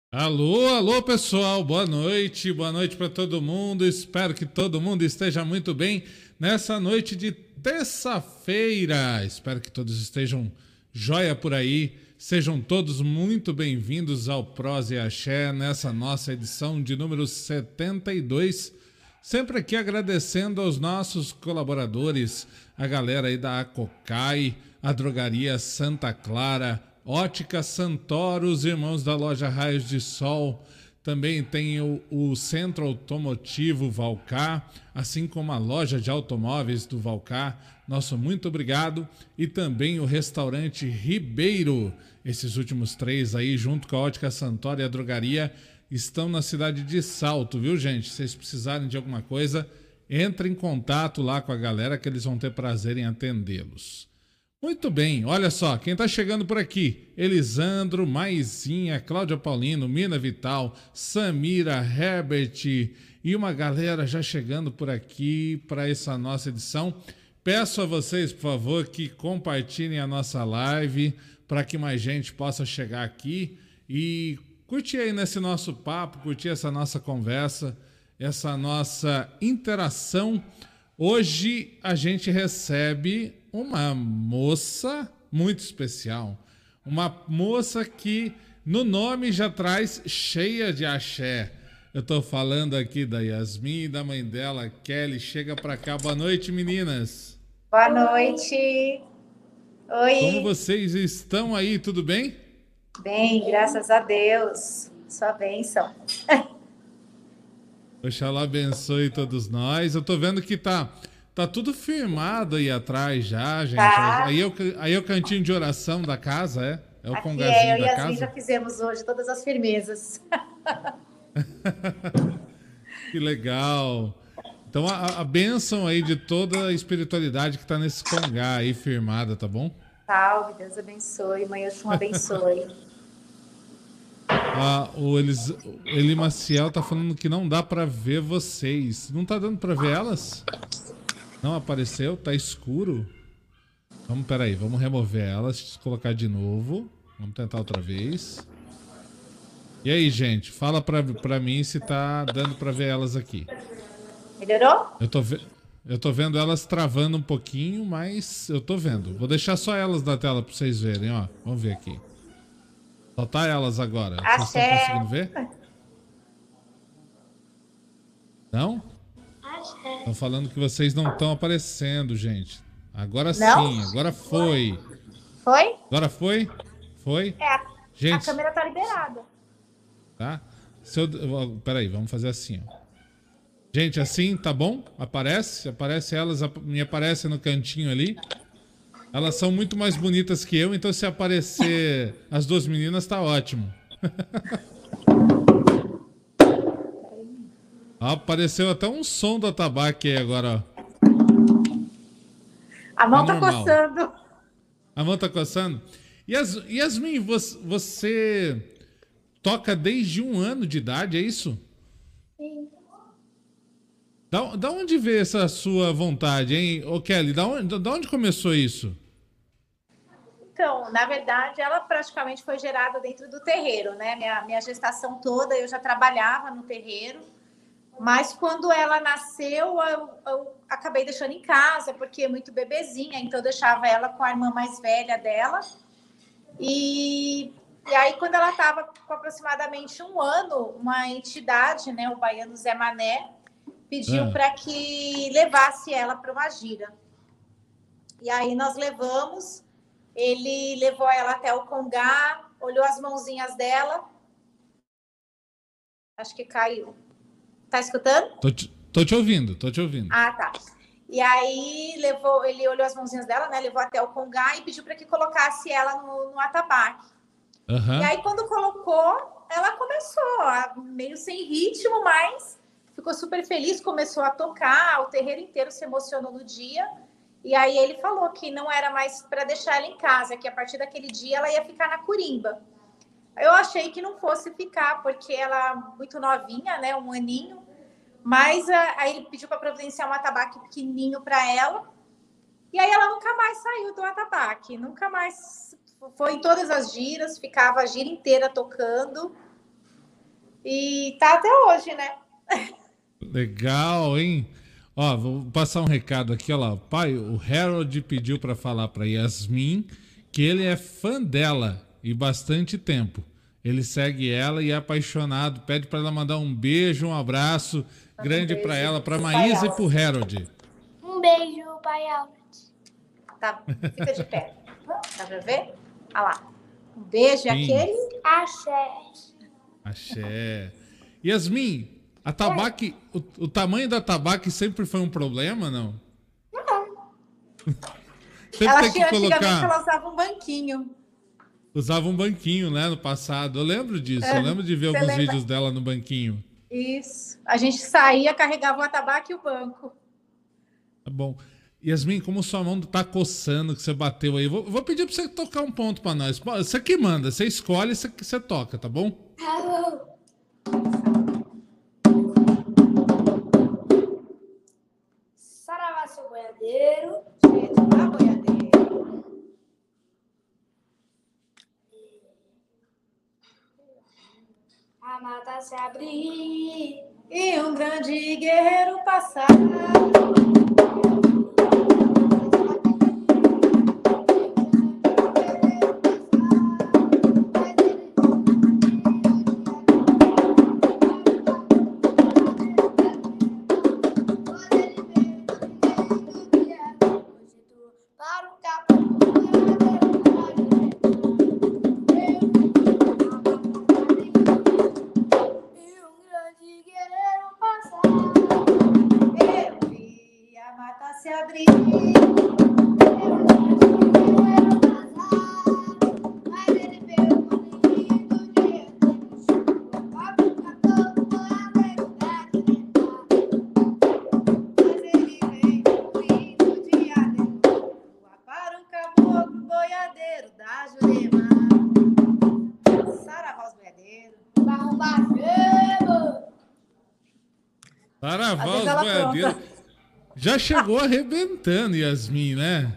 Alô, alô pessoal, boa noite para todo mundo. Espero que todo mundo esteja muito bem nessa noite de terça-feira. Espero que todos estejam joia por aí. Sejam todos muito bem-vindos ao Prosa e Axé nessa nossa edição de número 72. Sempre aqui agradecendo aos nossos colaboradores, a galera aí da Acocai, a Drogaria Santa Clara, Ótica Santoro, os irmãos da loja Raios de Sol. Também tem o Centro Automotivo Valcar, assim como a loja de automóveis do Valcar. Nosso muito obrigado. E também o restaurante Ribeiro. Esses últimos três aí, junto com a Ótica Santoro e a Drogaria, estão na cidade de Salto, viu, gente? Se vocês precisarem de alguma coisa, entre em contato lá com a galera que eles vão ter prazer em atendê-los. Muito bem, olha só, quem está chegando por aqui: Elisandro, Maizinha, Cláudia Paulino, Mina Vital, Samira, Herbert e uma galera já chegando por aqui para essa nossa edição. Peço a vocês, por favor, que compartilhem a nossa live para que mais gente possa chegar aqui e curtir aí nesse nosso papo, curtir essa nossa conversa, essa nossa interação. Hoje a gente recebe uma moça muito especial. Uma moça que no nome já traz cheia de axé. Eu tô falando aqui da Yasmin e da mãe dela, Kelly. Chega pra cá. Boa noite, meninas. Boa noite. Como Oi. vocês estão aí? Tudo bem? Bem, graças a Deus. Sua bênção. Oxalá abençoe todos nós. Eu tô vendo que tá tudo firmado aí atrás já, gente. Tá? Aí é o cantinho de oração da casa, é? É o Aqui é, congazinho eu e da Yasmin já casa? fizemos hoje todas as firmezas. Que legal. Então a bênção aí de toda a espiritualidade que tá nesse congá aí firmada, tá bom? Salve, Deus abençoe. Mãe Oxum abençoe. O Eli Maciel tá falando que não dá pra ver vocês. Não tá dando pra ver elas? Não apareceu? Tá escuro? Peraí, vamos remover elas, colocar de novo. Vamos tentar outra vez. E aí, gente, fala pra mim se tá dando pra ver elas aqui. Melhorou? Eu tô vendo elas travando um pouquinho, mas eu tô vendo. Vou deixar só elas na tela pra vocês verem, ó. Vamos ver aqui. Só tá elas agora. Vocês estão Axé. conseguindo ver? Não? Estão falando que vocês não estão aparecendo, gente. Agora Não? sim, agora foi. Foi? Agora foi? Foi? É, a Gente, câmera tá liberada. tá? Peraí, vamos fazer assim, ó. Gente, assim, tá bom? Aparece elas, me aparece no cantinho ali. Elas são muito mais bonitas que eu, então se aparecer as duas meninas, tá ótimo. Apareceu até um som do atabaque aí agora, ó. A Tá mão tá normal. coçando. A mão tá coçando? Yasmin, você toca desde 1 ano de idade, é isso? Sim. Da onde veio essa sua vontade, hein? Ô Kelly, da onde começou isso? Então, na verdade, ela praticamente foi gerada dentro do terreiro, né? Minha gestação toda eu já trabalhava no terreiro. Mas quando ela nasceu, eu acabei deixando em casa, porque é muito bebezinha, então eu deixava ela com a irmã mais velha dela. E aí, quando ela estava com aproximadamente 1 ano, uma entidade, né, o baiano Zé Mané, pediu Ah, para que levasse ela para uma gira. E aí nós levamos, ele levou ela até o Congá, olhou as mãozinhas dela, acho que caiu. Tá escutando? tô te ouvindo, tô te ouvindo. Ah, tá. E aí ele olhou as mãozinhas dela, né? Levou até o congá e pediu para que colocasse ela no atabaque. E Aham. aí, quando colocou, ela começou, meio sem ritmo, mas ficou super feliz, começou a tocar, o terreiro inteiro se emocionou no dia. E aí ele falou que não era mais para deixar ela em casa, que a partir daquele dia ela ia ficar na Curimba. Eu achei que não fosse ficar, porque ela muito novinha, né? 1 aninho. Mas aí ele pediu para providenciar um atabaque pequenininho para ela. E aí ela nunca mais saiu do atabaque. Nunca mais foi em todas as giras, ficava a gira inteira tocando. E tá até hoje, né? Legal, hein? Ó, vou passar um recado aqui, ó lá. Pai, o Harold pediu para falar para Yasmin que ele é fã dela e bastante tempo. Ele segue ela e é apaixonado. Pede para ela mandar um beijo, um abraço grande para ela, para Maísa e para o Harold. Um beijo, pai Albert. Tá, fica de pé. Dá pra ver? Olha lá. Um beijo e Sim. aquele. Axé. Axé. Yasmin, a tabaque, o tamanho da tabaque sempre foi um problema, não? Não. Sempre Ela tem que tinha, antigamente colocar. ela usava um banquinho. Usava um banquinho, né, no passado. Eu lembro disso. Eu lembro de ver Você alguns lembra? vídeos dela no banquinho. Isso. A gente saía, carregava o atabaque e o banco. Tá bom. Yasmin, como sua mão tá coçando, que você bateu aí, vou pedir pra você tocar um ponto pra nós. Você que manda, você escolhe, você toca, tá bom? Saravá, seu boiadeiro. Gente, tá, boiadeiro? A mata se abrir. E um grande guerreiro passar. Para o capô. E um grande guerreiro passar. Eu vi a mata se abrir. Para o caboclo boiadeiro da Jurema. Saravá os boiadeiros. Às Saravá vezes os ela boiadeiros. Já chegou arrebentando, Yasmin, né?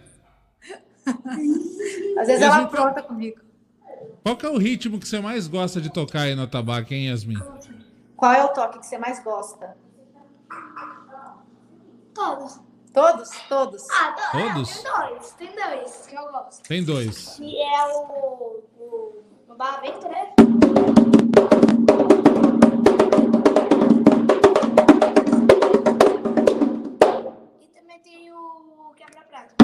Às vezes ela apronta comigo. Qual que é o ritmo que você mais gosta de tocar aí no tabaco, hein, Yasmin? Qual é o toque que você mais gosta? Todos. Todos? Todos. Todos? Tem dois que eu gosto. Tem dois. Que é o Barra Vento, né? E também tem o Quebra-Prato.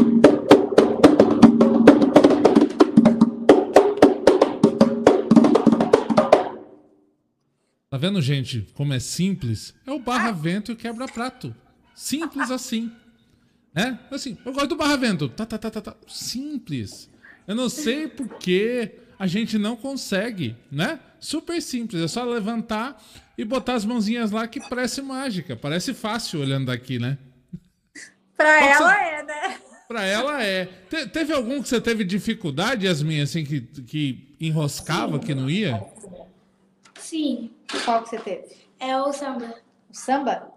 Tá vendo, gente, como é simples? É o barra-vento e o quebra-prato. Simples assim. Né? Assim, eu gosto do barra-vento. Tá. Simples. Eu não sei por que a gente não consegue, né? Super simples. É só levantar e botar as mãozinhas lá que parece mágica. Parece fácil olhando daqui, né? Pra Qual que ela você- é, né? Pra ela é. Teve algum que você teve dificuldade, Yasmin, assim, que enroscava, que não ia? Sim, Qual que você teve? é o samba. O samba?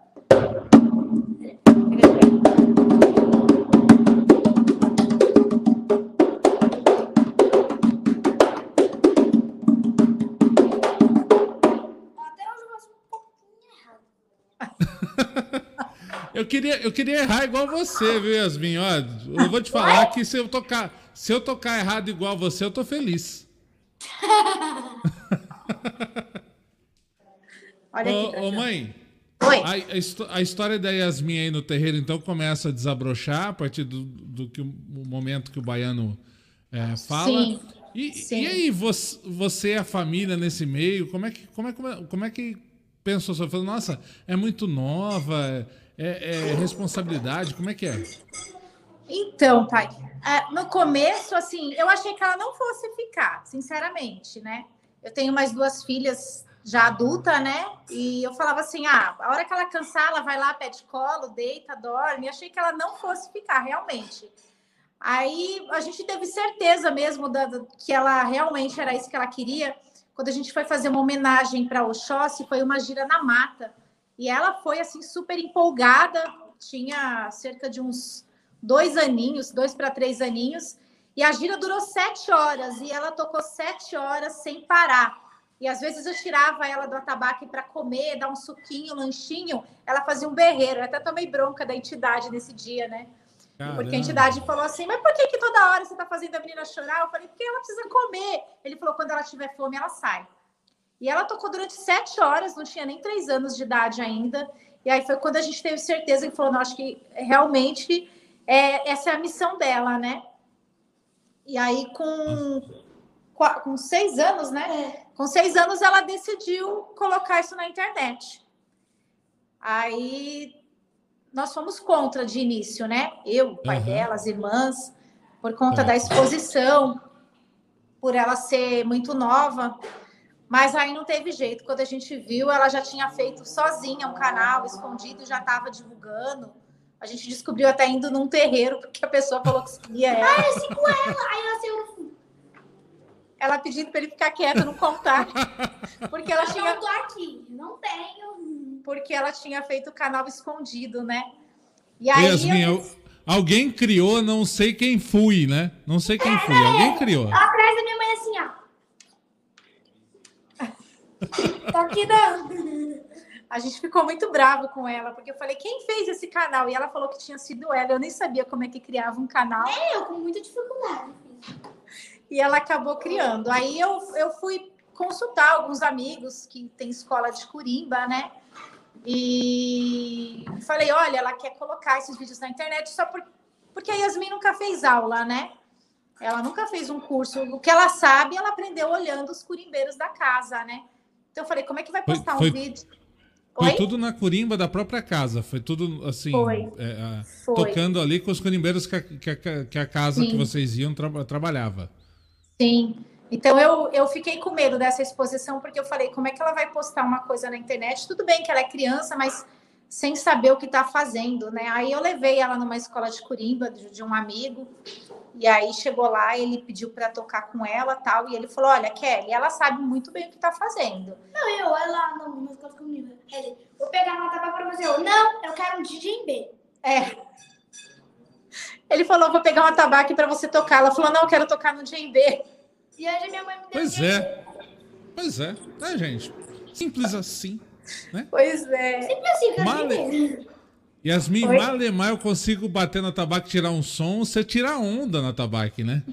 Até hoje eu faço um pouquinho errado. Eu queria errar igual você, viu, Yasmin? Ó, eu vou te falar que se eu tocar errado igual você, eu tô feliz. Olha aqui. Ô, mãe, Oi. a história da Yasmin aí no terreiro, então, começa a desabrochar a partir do momento que o baiano fala. Sim, E sim. aí, você e a família nesse meio, como é que pensou? Você falou, nossa, é muito nova, é responsabilidade, como é que é? Então, pai, no começo, assim, eu achei que ela não fosse ficar, sinceramente, né? Eu tenho mais duas filhas já adulta, né? E eu falava assim, a hora que ela cansar, ela vai lá, pede colo, deita, dorme. Eu achei que ela não fosse ficar, realmente. Aí a gente teve certeza mesmo que ela realmente era isso que ela queria. Quando a gente foi fazer uma homenagem para Oxóssi, foi uma gira na mata. E ela foi assim super empolgada, tinha cerca de uns 2 para 3 aninhos, e a gira durou 7 horas, e ela tocou 7 horas sem parar. E às vezes eu tirava ela do atabaque para comer, dar um suquinho, um lanchinho, ela fazia um berreiro. Eu até tomei bronca da entidade nesse dia, né? Caramba. Porque a entidade falou assim, mas por que toda hora você tá fazendo a menina chorar? Eu falei, porque ela precisa comer. Ele falou, quando ela tiver fome, ela sai. E ela tocou durante 7 horas, não tinha nem 3 anos de idade ainda. E aí foi quando a gente teve certeza que falou, não, acho que realmente essa é a missão dela, né? E aí com 6 anos, né? Com 6 anos ela decidiu colocar isso na internet. Aí nós fomos contra de início, né? Eu, o pai dela, as irmãs, por conta da exposição, por ela ser muito nova. Mas aí não teve jeito. Quando a gente viu, ela já tinha feito sozinha um canal escondido, já estava divulgando. A gente descobriu até indo num terreiro, porque a pessoa falou que seguia ela. Ah, eu sigo ela. Aí ela saiu no fundo. Ela pedindo para ele ficar quieto, não contar. Porque ela Eu não tô aqui. Não tenho. Porque ela tinha feito o canal escondido, né? E aí Yasmin, alguém criou, não sei quem fui, né? Não sei quem fui, alguém criou. Atrás da minha mãe assim, ó. Tô aqui não. A gente ficou muito bravo com ela, porque eu falei, quem fez esse canal? E ela falou que tinha sido ela. Eu nem sabia como é que criava um canal. Eu com muita dificuldade. E ela acabou criando. Aí eu fui consultar alguns amigos que têm escola de curimba, né? E falei, olha, ela quer colocar esses vídeos na internet só porque a Yasmin nunca fez aula, né? Ela nunca fez um curso. O que ela sabe, ela aprendeu olhando os curimbeiros da casa, né? Então eu falei, como é que vai postar um vídeo? Foi tudo na curimba da própria casa. Foi tudo assim, Foi. tocando ali com os curimbeiros que a casa que vocês iam trabalhava. Sim. Então eu fiquei com medo dessa exposição, porque eu falei, como é que ela vai postar uma coisa na internet? Tudo bem que ela é criança, mas sem saber o que está fazendo, né? Aí eu levei ela numa escola de curimba de um amigo, e aí chegou lá, ele pediu para tocar com ela tal, e ele falou, olha, Kelly, ela sabe muito bem o que está fazendo. Não, ela não ficou comigo. Ele, vou pegar uma tapa para você. Não, eu quero um djembe. Ele falou, vou pegar uma tabaque para você tocar. Ela falou, não, eu quero tocar no djembe. E hoje minha mãe me deu Pois é, né, gente? Simples assim, né? Pois é. Sempre assim, Yasmin, malemar eu consigo bater na tabaque e tirar um som, você tira onda na tabaque, né?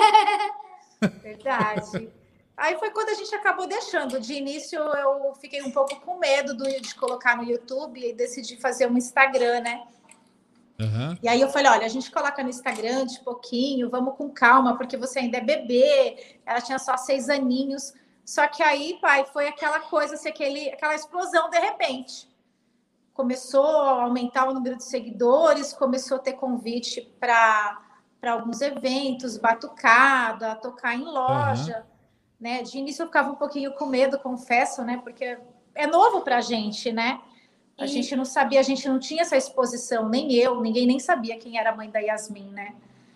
Verdade. Aí foi quando a gente acabou deixando. De início eu fiquei um pouco com medo de colocar no YouTube e decidi fazer um Instagram, né? E aí eu falei, olha, a gente coloca no Instagram de pouquinho, vamos com calma, porque você ainda é bebê, ela tinha só 6 aninhos. Só que aí, pai, foi aquela coisa, assim, aquela explosão de repente. Começou a aumentar o número de seguidores, começou a ter convite para alguns eventos, batucada, tocar em loja, né? De início eu ficava um pouquinho com medo, confesso, né? Porque é novo pra gente, né? A gente não sabia, a gente não tinha essa exposição, nem eu, ninguém nem sabia quem era a mãe da Yasmin, né?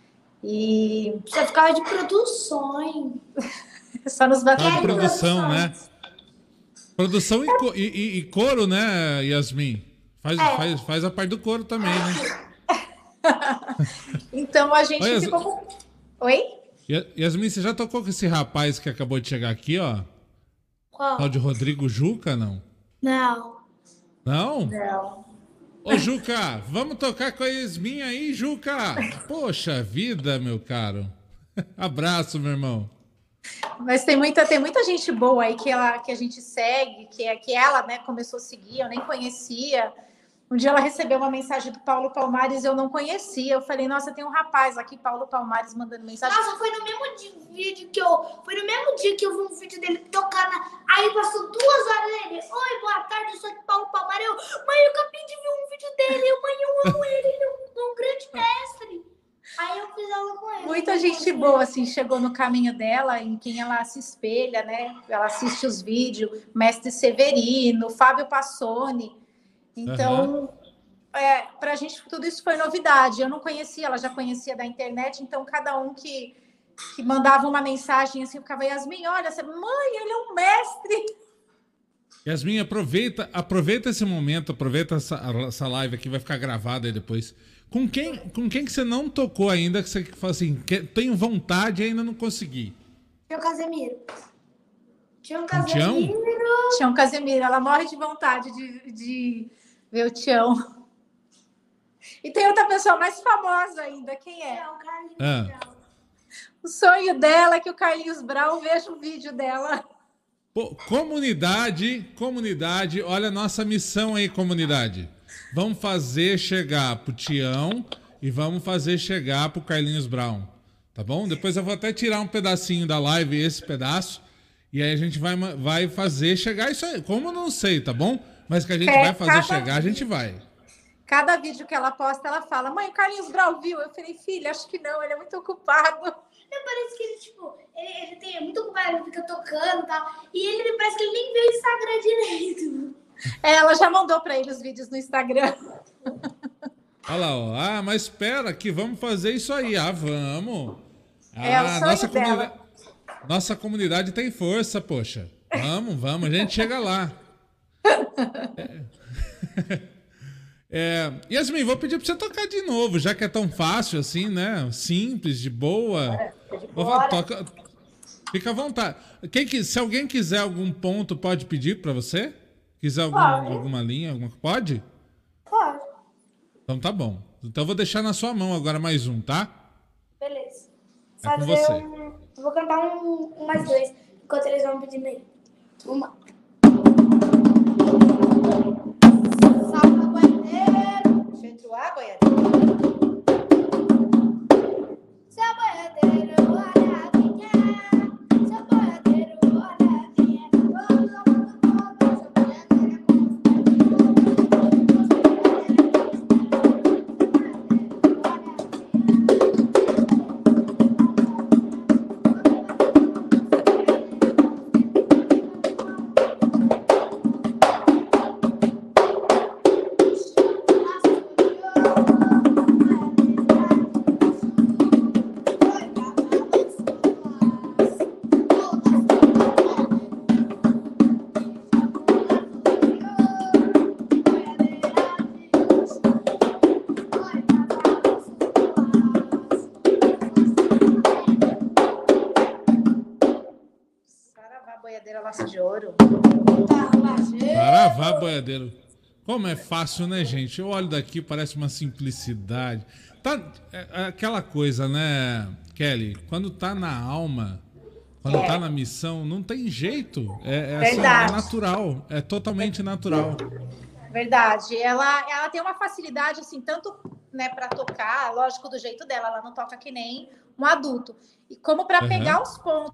E você ficava de produções. Só nos bastidores. Produção, né? Produção e coro, né, Yasmin? Faz a parte do coro também, né? Então a gente ficou... Oi? Yasmin, você já tocou com esse rapaz que acabou de chegar aqui, ó? Qual? Tal de Rodrigo Juca, não? Não. Não? Não. Ô, Juca, vamos tocar com a Yasmin aí, Juca? Poxa vida, meu caro. Abraço, meu irmão. Mas tem muita gente boa aí que a gente segue, que ela, né, começou a seguir, eu nem conhecia. Um dia ela recebeu uma mensagem do Paulo Palmares, eu não conhecia. Eu falei, nossa, tem um rapaz aqui, Paulo Palmares, mandando mensagem. Nossa, foi no mesmo vídeo que eu vi um vídeo dele tocando. Aí passou 2 horas dele. Oi, boa tarde, eu sou de Paulo Palmares. Mãe, eu acabei de ver um vídeo dele. Mãe, eu amo ele, ele é um grande mestre. Aí eu fiz aula com ele. Muita gente boa, assim, chegou no caminho dela, em quem ela se espelha, né? Ela assiste os vídeos, Mestre Severino, Fábio Passoni. Então, para a gente tudo isso foi novidade. Eu não conhecia, ela já conhecia da internet, então cada um que mandava uma mensagem assim, ficava, Yasmin, olha, mãe, ele é um mestre. Yasmin, aproveita esse momento, aproveita essa live aqui, vai ficar gravada aí depois. Com quem que você não tocou ainda, que você fala assim, tenho vontade e ainda não consegui? Meu Casemiro. Tião Com o Tião? Casemiro. Tião Casemiro, ela morre de vontade de ver o Tião. E tem outra pessoa mais famosa ainda, quem é? É o Carlinhos Ah. Brown. O sonho dela é que o Carlinhos Brown veja um vídeo dela. Pô, comunidade, olha a nossa missão aí, comunidade. Vamos fazer chegar pro Tião e vamos fazer chegar pro Carlinhos Brown, tá bom? Depois eu vou até tirar um pedacinho da live, esse pedaço, e aí a gente vai fazer chegar isso aí. Como eu não sei, tá bom? Mas que a gente vai fazer chegar, a gente vai. Cada vídeo que ela posta, ela fala: mãe, o Carlinhos Brown viu? Eu falei: filha, acho que não, ele é muito ocupado. Parece que ele, tipo, ele é muito ocupado, ele fica tocando e tal. E ele parece que ele nem vê o Instagram direito. Ela já mandou para ele os vídeos no Instagram. Olha lá, ó. Ah, mas espera que vamos fazer isso aí. Ah, vamos. É o sonho dela. Nossa comunidade tem força, poxa. Vamos, a gente chega lá. Yasmin, vou pedir pra você tocar de novo, já que é tão fácil assim, né? Simples, de boa. Toca, fica à vontade. Se alguém quiser algum ponto, pode pedir pra você? Quiser alguma linha? Pode? Pode. Então tá bom. Então eu vou deixar na sua mão agora mais um, tá? Beleza. É com você. Vou cantar um mais dois, enquanto eles vão pedindo aí. Vamos lá. Salva, boiadeiro. Deixa eu entrar, boiadeiro. Seu boiadeiro, olha quem é. Seu boiadeiro, olha quem é. Vamos lá, seu boiadeiro Saravá, boiadeira, laço de ouro. Saravá, boiadeiro. Como é fácil, né, gente? Eu olho daqui, parece uma simplicidade. É aquela coisa, né, Kelly? Quando tá na alma, quando tá na missão, não tem jeito. Assim, é natural. É totalmente natural. Verdade. Ela tem uma facilidade, assim, tanto, né, para tocar, lógico, do jeito dela. Ela não toca que nem um adulto. E como para pegar os pontos.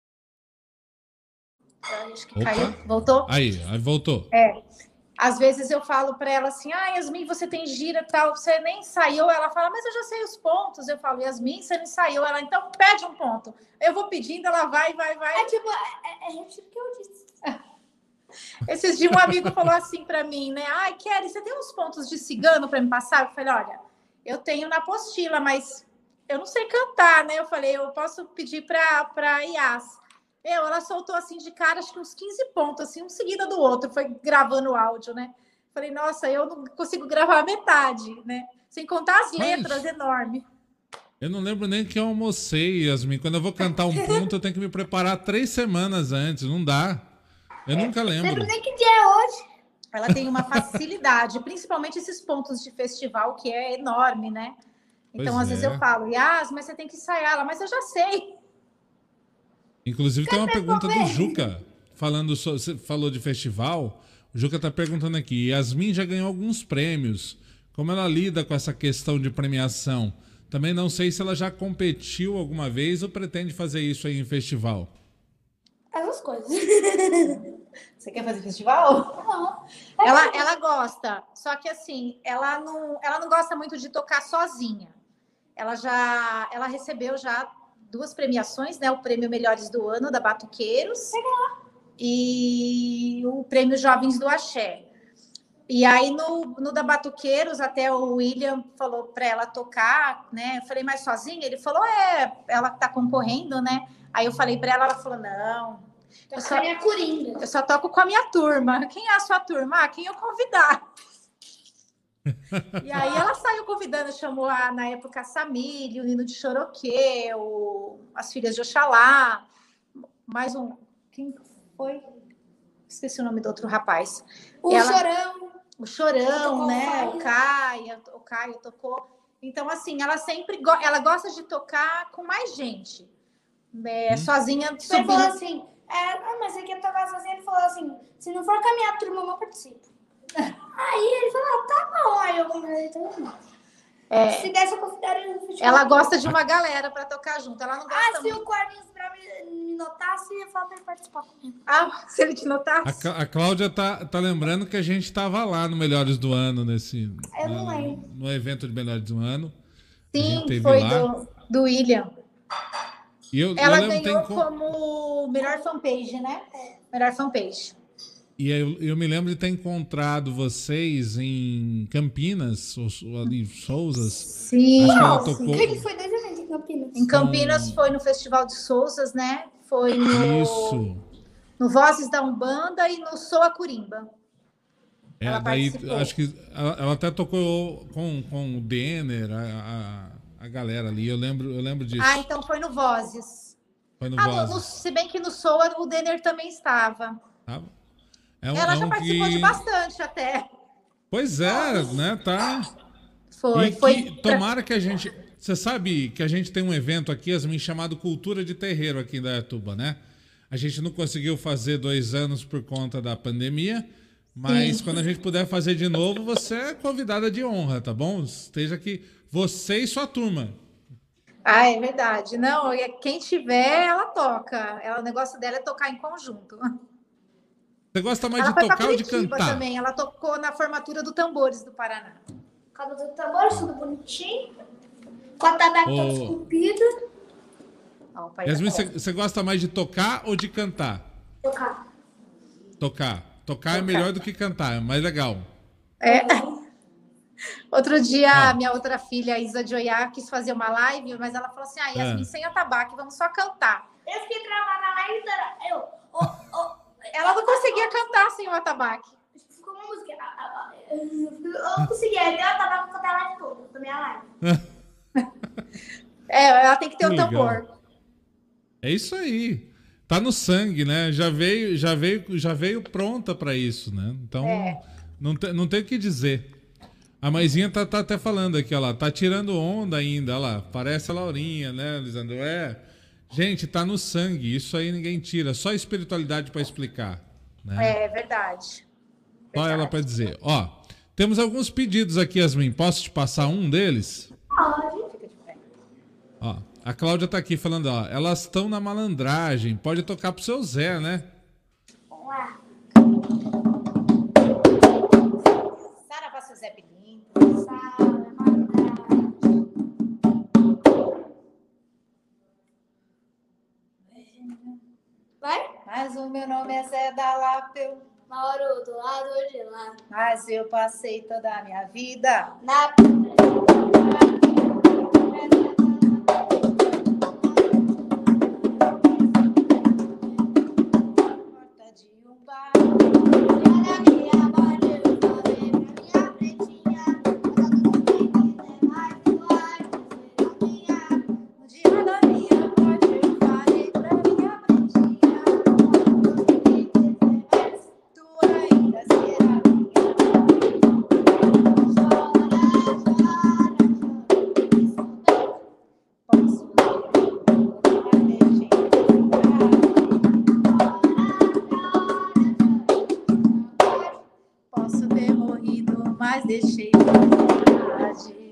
Acho que caiu. Voltou? Aí voltou. Às vezes eu falo para ela assim: Yasmin, você tem gira e tal, você nem ensaiou. Ela fala: mas eu já sei os pontos. Eu falo: Yasmin, você não ensaiou. Ela: então pede um ponto. Eu vou pedindo, ela vai. É tipo, o que eu disse. Esses dias um amigo falou assim para mim, né? Ai, Kelly, você tem uns pontos de cigano para me passar? Eu falei: olha, eu tenho na apostila, mas eu não sei cantar, né? Eu falei: eu posso pedir para Yas. Ela soltou assim de cara, acho que uns 15 pontos, assim, um seguida do outro, foi gravando o áudio, né? Falei: nossa, eu não consigo gravar a metade, né? Sem contar as letras enormes. Eu não lembro nem que eu almocei, Yasmin. Quando eu vou cantar um ponto, eu tenho que me preparar 3 semanas antes, não dá. Eu nunca lembro. Não lembro nem que dia é hoje. Ela tem uma facilidade, principalmente esses pontos de festival, que é enorme, né? Então, às vezes eu falo: Yas, mas você tem que ensaiar ela, mas eu já sei. Inclusive tem uma pergunta do Juca, você falou de festival, o Juca tá perguntando aqui: Yasmin já ganhou alguns prêmios, como ela lida com essa questão de premiação? Também não sei se ela já competiu alguma vez ou pretende fazer isso aí em festival. Essas coisas. Você quer fazer festival? Não. Ela gosta, só que assim, ela não gosta muito de tocar sozinha. Ela recebeu já 2 premiações, né? O prêmio Melhores do Ano da Batuqueiros e o prêmio Jovens do Axé. E aí no da Batuqueiros, até o William falou para ela tocar, né? Eu falei: mas sozinha? Ele falou: ela tá concorrendo, né? Aí eu falei para ela falou: não, eu só toco com a minha turma. Quem é a sua turma? Quem eu convidar. E aí ela saiu convidando, chamou na época a Samília, o Nino de Choroquê, as filhas de Oxalá, mais um. foi? Esqueci o nome do outro rapaz. O Chorão. O Chorão, Tocou né? o O Caio tocou. Então, assim, ela sempre ela gosta de tocar com mais gente. Sozinha, Tipo, ele subindo. falou assim, mas você quer tocar sozinho? Ele falou assim, se não for com a minha turma, eu não participo. Aí ele falou, tá bom. Aí eu convidei todo mundo. Se desse, eu convidaria no futebol. Ela gosta de uma galera para tocar junto. Ela não gosta se o Corninhos pra me notasse, eu ia falar pra ele participar comigo. Se ele te notasse? A Cláudia tá lembrando que a gente tava lá no Melhores do Ano, Eu não lembro. no evento de Melhores do Ano. Sim, foi do William. Ela ganhou como melhor fanpage, né? Melhor fanpage. E eu me lembro de ter encontrado vocês em Campinas, ali, Souzas. Sim. Acho que ela tocou... Ele foi 2 eventos em Campinas. Em Campinas foi no Festival de Souzas, né? Foi no Vozes da Umbanda e no Soa Curimba. Daí acho que ela até tocou com o Denner, a galera ali. Eu lembro disso. Então foi no Vozes. Foi no Vozes. Se bem que no Soa o Denner também estava. Ela já participou de bastante até. Pois é, né? Tá. Foi. Tomara que a gente... Você sabe que a gente tem um evento aqui, Yasmin, chamado Cultura de Terreiro aqui em Indaiatuba, né? A gente não conseguiu fazer 2 anos por conta da pandemia, mas quando a gente puder fazer de novo, você é convidada de honra, tá bom? Esteja aqui, você e sua turma. É verdade. Não, quem tiver, ela toca. O negócio dela é tocar em conjunto. Você gosta mais de tocar ou de cantar? Também. Ela tocou na formatura do Tambores do Paraná. Cada do Tambores, tudo bonitinho. Com a tabaco toda esculpida. Yasmin, você gosta mais de tocar ou de cantar? Tocar é melhor do que cantar, é mais legal. Outro dia, a minha outra filha, a Isa de Oiá, quis fazer uma live, mas ela falou assim, Yasmin, sem atabaque, vamos só cantar. Eu fiquei travada na live toda. Ela não conseguia cantar sem o atabaque. Ficou uma música. Eu não conseguia. Aí deu o atabaque cantar a live toda, da minha live. Ela tem que ter o tambor. É isso aí. Tá no sangue, né? Já veio pronta para isso, né? Então, não tem o que dizer. A mãezinha tá até falando aqui, ó lá, tá tirando onda ainda, ó lá, parece a Laurinha, né, Lisandro? Gente, tá no sangue, isso aí ninguém tira, só espiritualidade para explicar, né? É verdade. Só ela para dizer. Ó, temos alguns pedidos aqui, Yasmin, posso te passar um deles? Pode. Ó, a Cláudia tá aqui falando, ó, elas estão na malandragem, pode tocar pro seu Zé, né? Vamos lá. Saravá, seu Zé Pilinto. Vai? Mas o meu nome é Zé da Lapa, eu moro do lado de lá. Mas eu passei toda a minha vida na porta de um bar. Olha minha mãe, eu falei pra minha pretinha. Mais No dia da minha morte eu falei pra minha pretinha. Tu ainda será Posso ter morrido, mas deixei vontade.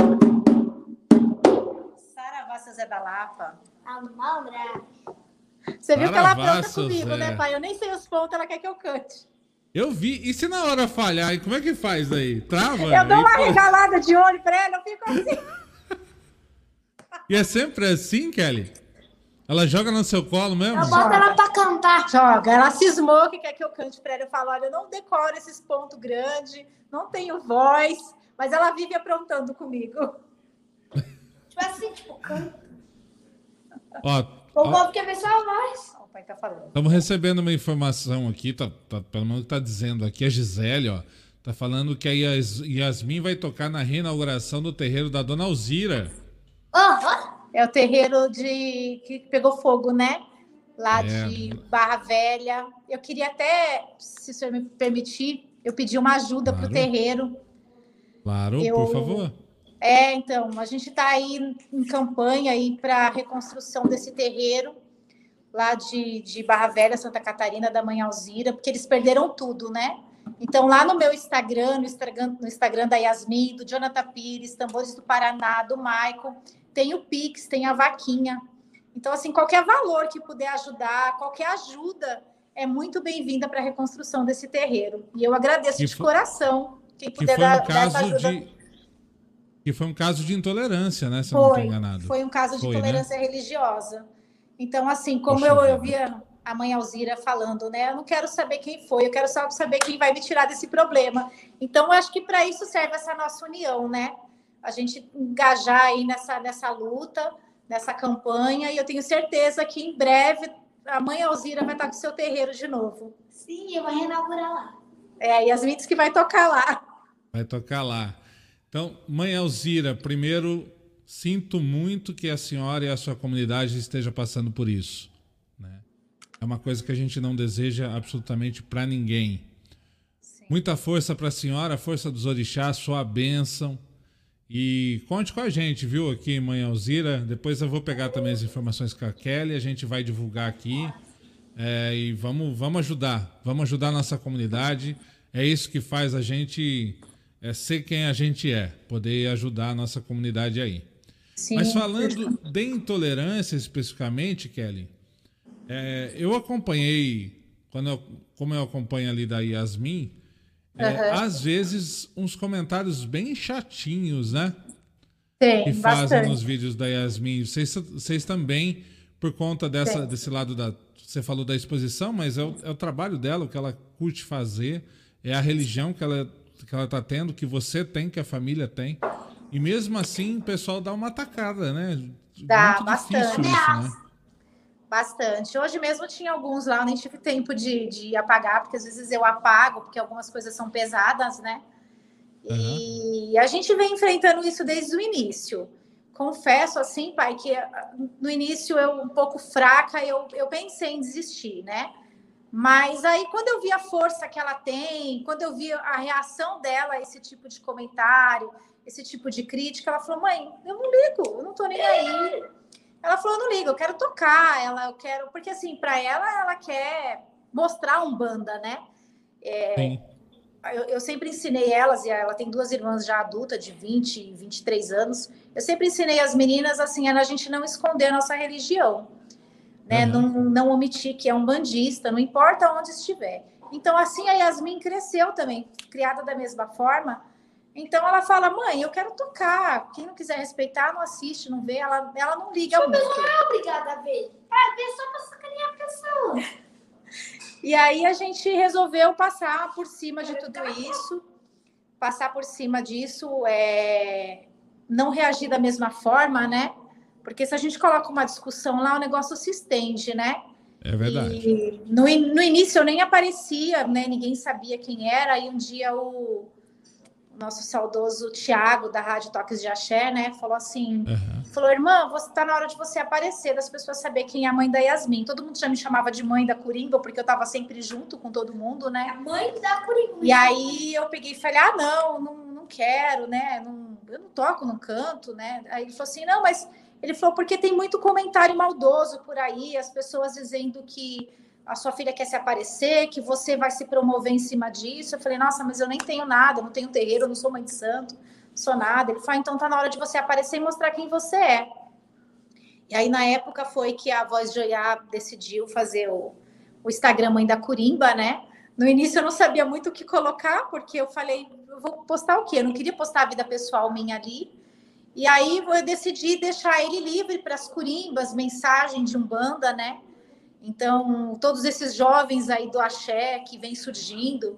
Saravá, seu Zé da Lapa. a malandra. Você viu que ela Saravá, canta seu comigo, Zé. né, pai? Eu nem sei os pontos, ela quer que eu cante. Eu vi, e se na hora falhar, como é que faz aí? Trava? Eu dou uma regalada de olho pra ela, eu fico assim. E é sempre assim, Kelly? Ela joga no seu colo mesmo? Eu boto ela pra cantar. Joga, ela cismou que quer que eu cante pra ela. Eu falo, olha, eu não decoro esses pontos grandes, não tenho voz, mas ela vive aprontando comigo. Tipo assim, tipo, canta. Ó, O povo quer ver sua voz. O pai tá falando. estamos recebendo uma informação aqui, pelo menos tá dizendo aqui, a Gisele, ó, tá falando que a Yasmin vai tocar na reinauguração do terreiro da Dona Alzira. Aham. É o terreiro que pegou fogo, né? lá de Barra Velha. Eu queria até, se o senhor me permitir, eu pedi uma ajuda para o terreiro. Claro, por favor. Então, a gente está aí em campanha aí para a reconstrução desse terreiro, lá de Barra Velha, Santa Catarina, da Mãe Alzira, porque eles perderam tudo, né? Então, lá no meu Instagram, no Instagram da Yasmin, do Jonathan Pires, Tambores do Paraná, do Maicon, tem o Pix, tem a vaquinha. Então, assim, qualquer valor que puder ajudar, qualquer ajuda é muito bem-vinda para a reconstrução desse terreiro. E eu agradeço de coração quem puder dar essa ajuda. Que foi um caso de intolerância, né? Se eu não estou enganado. Foi um caso de intolerância religiosa. Então, assim, como eu via a Mãe Alzira falando, né? Eu não quero saber quem foi, eu quero só saber quem vai me tirar desse problema. Então, eu acho que para isso serve essa nossa união, né? A gente engajar aí nessa luta, nessa campanha, e eu tenho certeza que em breve a Mãe Alzira vai estar com o seu terreiro de novo. Sim, eu vou reinaugurar lá. Yasmin disse que vai tocar lá. Vai tocar lá. Então, Mãe Alzira, primeiro, sinto muito que a senhora e a sua comunidade estejam passando por isso, né? É uma coisa que a gente não deseja absolutamente para ninguém. Sim. Muita força para a senhora, força dos orixás, sua bênção. E conte com a gente, viu, aqui, Mãe Alzira. Depois eu vou pegar também as informações com a Kelly, a gente vai divulgar aqui. E vamos ajudar a nossa comunidade. É isso que faz a gente ser quem a gente é, poder ajudar a nossa comunidade aí. Sim. Mas falando de intolerância especificamente, Kelly, eu acompanhei, como eu acompanho ali da Yasmin, às vezes uns comentários bem chatinhos, né? Tem, que fazem nos vídeos da Yasmin. Vocês também, por conta desse lado você falou da exposição, mas é o trabalho dela, o que ela curte fazer, é a religião que ela está tendo, que você tem, que a família tem. E mesmo assim, o pessoal dá uma atacada, né? Dá, muito bastante. Difícil isso, né? Bastante. Hoje mesmo tinha alguns lá, eu nem tive tempo de apagar, porque às vezes eu apago, porque algumas coisas são pesadas, né? E a gente vem enfrentando isso desde o início. Confesso, assim, pai, que no início eu um pouco fraca, eu pensei em desistir, né? Mas aí, quando eu vi a força que ela tem, quando eu vi a reação dela a esse tipo de comentário, esse tipo de crítica, ela falou: mãe, eu não ligo, eu não tô nem aí. Ela falou: eu não ligo, eu quero tocar, eu quero... Porque, assim, para ela quer mostrar a Umbanda, né? Eu sempre ensinei elas, e ela tem 2 irmãs já adultas, de 20 e 23 anos, eu sempre ensinei as meninas, assim, a gente não esconder a nossa religião, né? Não omitir que é umbandista, não importa onde estiver. Então, assim, a Yasmin cresceu também, criada da mesma forma. Então, ela fala: mãe, eu quero tocar. Quem não quiser respeitar, não assiste, não vê. Ela não liga muito. Mas não é obrigada a ver. É ver só para sacanear a pessoa. E aí, a gente resolveu passar por cima de tudo isso. Passar por cima disso, não reagir da mesma forma, né? Porque se a gente coloca uma discussão lá, o negócio se estende, né? É verdade. E no início eu nem aparecia, né? Ninguém sabia quem era. Aí um dia o nosso saudoso Tiago, da Rádio Toques de Axé, né? Falou assim, falou: irmã, tá na hora de você aparecer, das pessoas saber quem é a mãe da Yasmin. Todo mundo já me chamava de mãe da Corimba, porque eu tava sempre junto com todo mundo, né? A mãe da Corimba. E aí eu peguei e falei: não quero, né? Eu não toco, não canto, né? Aí ele falou assim: não, mas... Ele falou: porque tem muito comentário maldoso por aí, as pessoas dizendo que a sua filha quer se aparecer, que você vai se promover em cima disso. Eu falei: nossa, mas eu nem tenho nada, não tenho terreiro, eu não sou mãe de santo, não sou nada. Ele falou: então tá na hora de você aparecer e mostrar quem você é. E aí, na época, foi que a Voz de Oiá decidiu fazer o Instagram Mãe da Corimba, né? No início eu não sabia muito o que colocar, porque eu falei: eu vou postar o quê? Eu não queria postar a vida pessoal minha ali. E aí eu decidi deixar ele livre para as curimbas, mensagem de Umbanda, né? Então, todos esses jovens aí do axé que vem surgindo,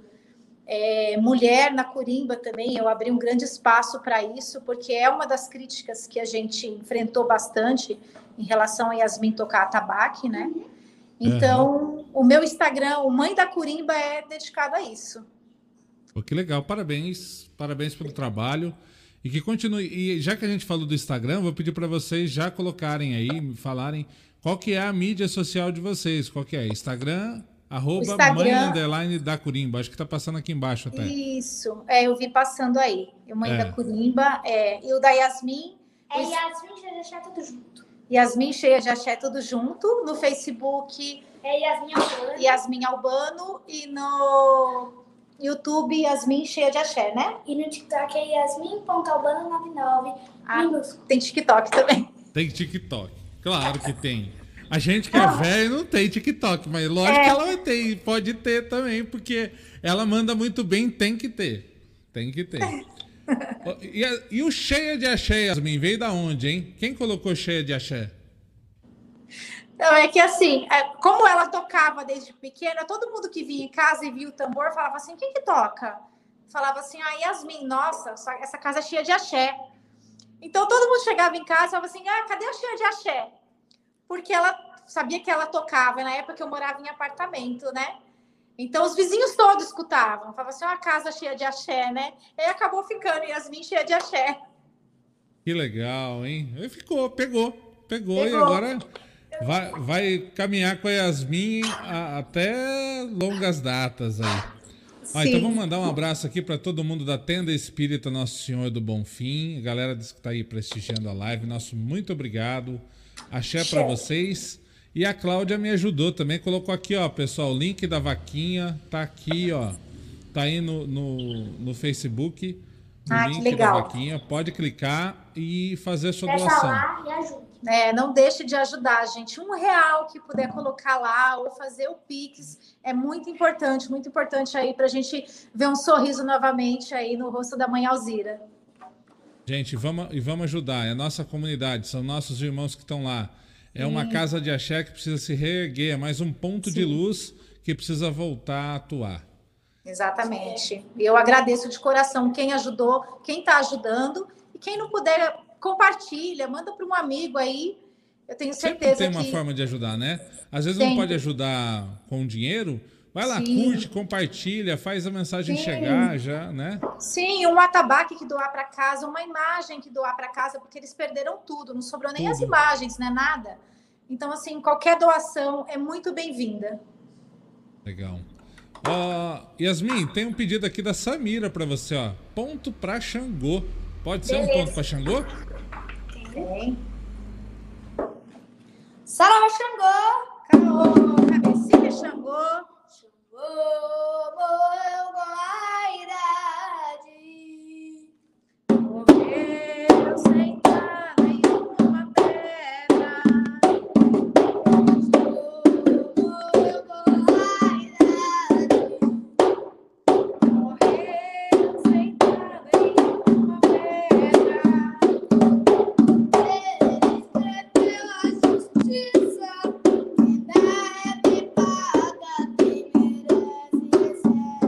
mulher na Corimba também, eu abri um grande espaço para isso, porque é uma das críticas que a gente enfrentou bastante em relação a Yasmin tocar atabaque, né? Então, o meu Instagram, o Mãe da Corimba, é dedicado a isso. Pô, que legal, parabéns pelo trabalho. E que continue. E já que a gente falou do Instagram, vou pedir para vocês já colocarem aí, falarem qual que é a mídia social de vocês? Qual que é? Instagram, @ Instagram. mãe _ da Corimba. Acho que tá passando aqui embaixo até. Isso, eu vi passando aí. O Mãe da É. Corimba, e o da Yasmin. É Yasmin Cheia de Axé tudo junto. Yasmin Cheia de Axé tudo junto. No Facebook, É Yasmin Albano. Yasmin Albano. E no YouTube, Yasmin Cheia de Axé, né? E no TikTok é Yasmin.albano99. Minúsculo. Tem TikTok também. Tem TikTok. Claro que tem. A gente que é velho não tem TikTok, mas lógico que ela vai ter. E pode ter também, porque ela manda muito bem, tem que ter. Tem que ter. E o Cheia de Axé, Yasmin, veio da onde, hein? Quem colocou Cheia de Axé? Não, é que assim, como ela tocava desde pequena, todo mundo que vinha em casa e via o tambor falava assim, quem que toca? Falava assim, Yasmin, nossa, essa casa é cheia de axé. Então todo mundo chegava em casa e falava assim, cadê a Cheia de Axé? Porque ela sabia que ela tocava, na época que eu morava em apartamento, né? Então os vizinhos todos escutavam, falavam assim, uma casa cheia de axé, né? E aí acabou ficando Yasmin Cheia de Axé. Que legal, hein? Pegou. E agora vai caminhar com a Yasmin até longas datas aí. Então vamos mandar um abraço aqui para todo mundo da Tenda Espírita Nosso Senhor do Bonfim. A galera que está aí prestigiando a live. Nosso muito obrigado. Axé para vocês. E a Cláudia me ajudou também. Colocou aqui, ó, pessoal, o link da vaquinha. Tá aqui, ó. Tá aí no Facebook. O link que legal. da vaquinha. Pode clicar e fazer a sua Fecha doação. lá e ajuda. Não deixe de ajudar, gente. R$1 que puder colocar lá ou fazer o Pix é muito importante aí pra gente ver um sorriso novamente aí no rosto da mãe Alzira. Gente, vamos ajudar. É a nossa comunidade, são nossos irmãos que estão lá. É uma casa de axé que precisa se reerguer, é mais um ponto de luz que precisa voltar a atuar. Exatamente. E eu agradeço de coração quem ajudou, quem está ajudando. E quem não puder, compartilha, manda para um amigo aí. Eu tenho certeza Sempre tem uma forma de ajudar, né? Às vezes não pode ajudar com dinheiro. Vai lá, curte, compartilha, faz a mensagem chegar já, né? Sim, um atabaque que doar para casa, uma imagem que doar para casa, porque eles perderam tudo, não sobrou nem as imagens, né? Nada. Então, assim, qualquer doação é muito bem-vinda. Legal. Yasmin, tem um pedido aqui da Samira para você, ó. Ponto para Xangô. Pode ser um ponto para Xangô? Tem. Saravá Xangô! Caô, cabecinha Xangô. Morreu sentada em uma pedra. Morreu sentada em uma pedra. Escreveu a justiça, quem deve paga, quem merece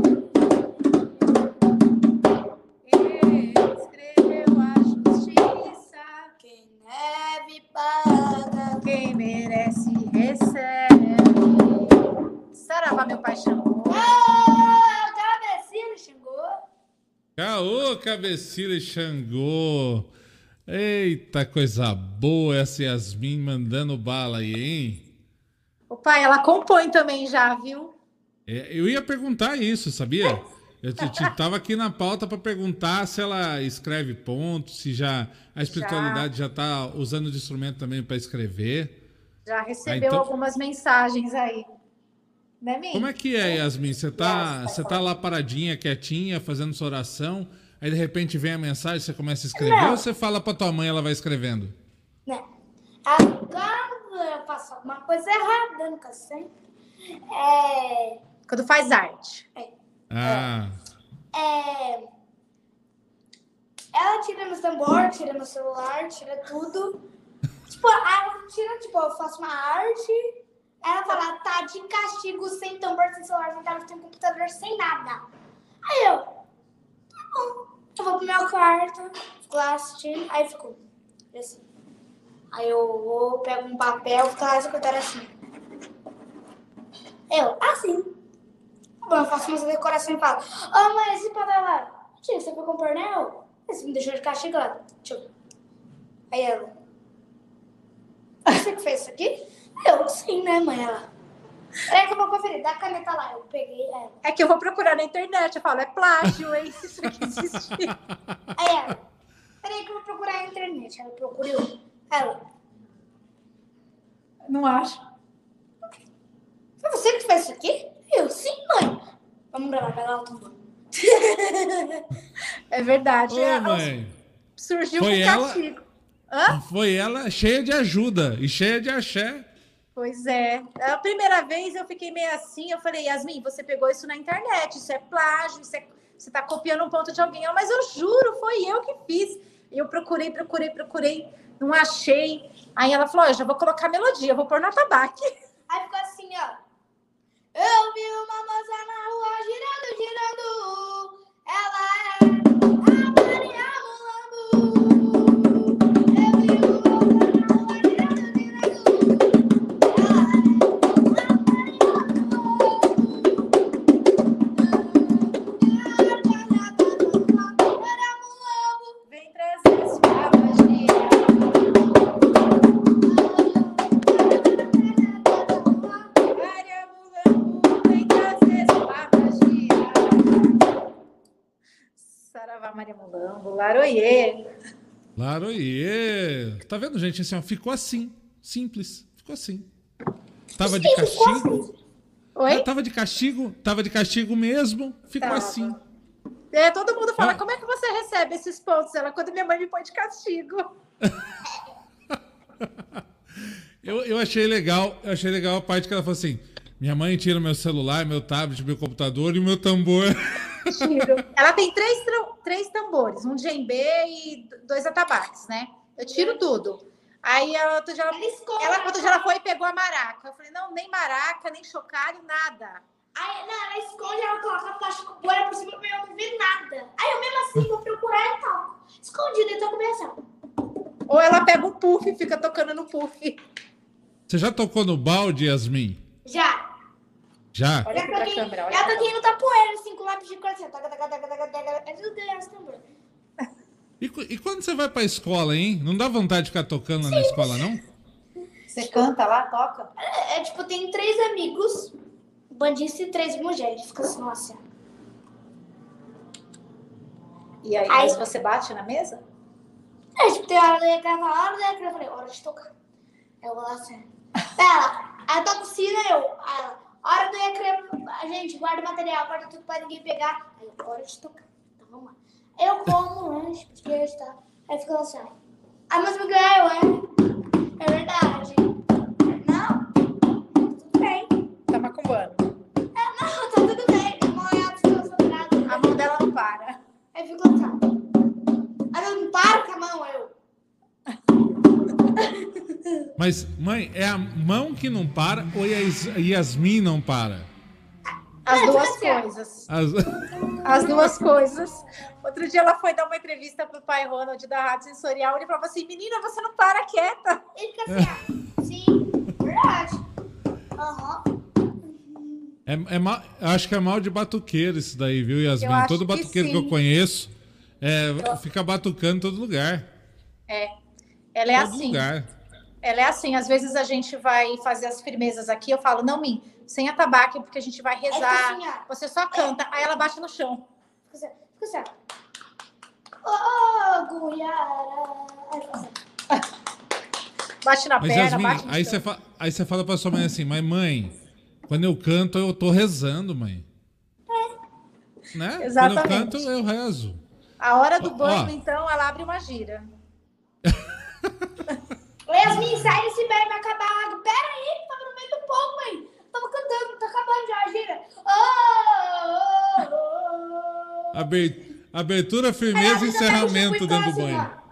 Ele escreveu a justiça. quem deve paga. Quem merece recebe. Saravá, meu pai chamou. Cabecinha xingou. Caô, Cabecilha e Xangô. Eita, coisa boa essa Yasmin mandando bala aí, hein? O pai, ela compõe também já, viu? Eu ia perguntar isso, sabia? Eu tava aqui na pauta para perguntar se ela escreve pontos, se já a espiritualidade já tá usando de instrumento também para escrever. Já recebeu algumas mensagens aí. Né, Mi? Como é que é, Yasmin? Você tá lá paradinha, quietinha, fazendo sua oração, aí de repente vem a mensagem, você começa a escrever, ou você fala para tua mãe, ela vai escrevendo? Né? Quando eu faço alguma coisa errada, nunca sempre. Quando faz arte. Ela tira meu tambor, tira meu celular, tira tudo. Eu faço uma arte. Ela fala, tá de castigo, sem tambor, sem celular, sem tablet, sem computador, sem nada. Aí eu, tá bom. Eu vou pro meu quarto, fico lá assistindo, aí fico assim. Aí eu vou, pego um papel, fico lá escutando assim. Assim. Tá bom, eu faço uma decoração e falo, mãe, esse papel lá, tia, você foi comprar, né? Você me deixou de castigado. Aí ela, Você que fez isso aqui? Eu, sim, né, mãe? Ela. Peraí que eu vou conferir. Dá a caneta lá. Eu peguei ela. É que eu vou procurar na internet. Eu falo, é plágio, hein? Se isso aqui existir. Aí ela. Peraí que eu vou procurar na internet. Ela procurou. Ela. Não acho. Foi você que fez isso aqui? Eu, sim, mãe. Vamos gravar, pegar ela tudo. É verdade. Ô, mãe. Surgiu Foi um ela? castigo. Hã? Foi ela cheia de ajuda e cheia de axé. Pois é. A primeira vez eu fiquei meio assim. Eu falei, Yasmin, você pegou isso na internet. Isso é plágio. Você tá copiando um ponto de alguém. Ela, mas eu juro, foi eu que fiz. Eu procurei. Não achei. Aí ela falou, eu já vou colocar melodia. Eu vou pôr no atabaque. Aí ficou assim, ó. Eu vi uma moça na rua girando. Ela é a Maria Mulambo. Eu vi uma moça na rua girando. Vem trazer sua magia. Maria Mulambo, vem trazer sua magia. Saravá, Maria Mulambo, Laroiê. Laroie. Tá vendo, gente? Assim, ó, ficou assim. Simples. Ficou assim. Tava de castigo. Oi? Tava de castigo mesmo. Ficou Tava. assim. É, todo mundo fala, Ah. como é que você recebe esses pontos? Ela, quando minha mãe me põe de castigo. Eu achei legal a parte que ela falou assim: minha mãe tira meu celular, meu tablet, meu computador e o meu tambor. Tiro. Ela tem três tambores, um djembe e 2 atabaques, né? Eu tiro tudo. Aí outro dia outro dia ela foi e pegou a maraca. Eu falei, não, nem maraca, nem chocalho, nada. Aí, não, ela esconde, ela coloca a faixa com bolha por cima pra eu não ver nada. Aí eu mesmo assim vou procurar e tal. Escondido, então começando. Ou ela pega o puff e fica tocando no puff. Você já tocou no balde, Yasmin? Já. Já? Olha aqui pra câmera, olha Já pra toquei no tapoeira, assim, com lápis de cor, assim. É tudo esse tambor. E quando você vai pra escola, hein? Não dá vontade de ficar tocando na escola, não? Você canta lá, toca? Tipo, tem 3 amigos, bandista e 3 mulheres. Fica assim, nossa. E aí, Aí- mas você bate na mesa? Tipo, tem hora da recreação, hora da recreação. Eu falei, hora de tocar. Aí eu vou lá assim. Ela, aí eu toco sino, aí ela, hora do recreio, a gente guarda o material, guarda tudo pra ninguém pegar. Aí eu, hora de tocar. Então vamos lá. Eu como lanche, porque tá. Aí fica assim, ó. Ah, mas me ganhou, é verdade. Não, tudo bem. Tá macumbando. Não, tá tudo bem. A mão é desconcentrada. A mão dela não para. Aí fica assim, ó. Aí eu não paro com a mão, eu. Mas, mãe, é a mão que não para ou a Yasmin não para? As Não, duas tipo assim, ó. coisas. As- As duas coisas. Outro dia ela foi dar uma entrevista pro pai Ronald da Rádio Sensorial. Ele falava assim, menina, você não para quieta. Ele fica assim, ó. Sim, verdade. Aham. Acho que é mal de batuqueiro isso daí, viu, Yasmin? Eu acho Todo que batuqueiro que sim. eu conheço fica batucando em todo lugar. Ela é Todo assim. lugar. Ela é assim. Às vezes a gente vai fazer as firmezas aqui. Eu falo, não, Min, sem atabaque, porque a gente vai rezar. assim, ó. Você só canta. Aí ela bate no chão. Fica assim, ó. Ô, Guiara. Aí fica assim. Bate na Mas, perna, Yasmin, bate no aí chão. você fala pra sua mãe assim, mas mãe, quando eu canto, eu tô rezando, mãe. Né? Exatamente. Quando eu canto, eu rezo. A hora do Ó. banho, então, ela abre uma gira. Ô, Yasmin, sai desse bem, vai acabar a água. Pera aí, tava no meio do povo, mãe. Tava cantando, tá acabando já, gira. Abertura, Aí firmeza e ela pega o encerramento shampoo e dentro do fala assim, banho.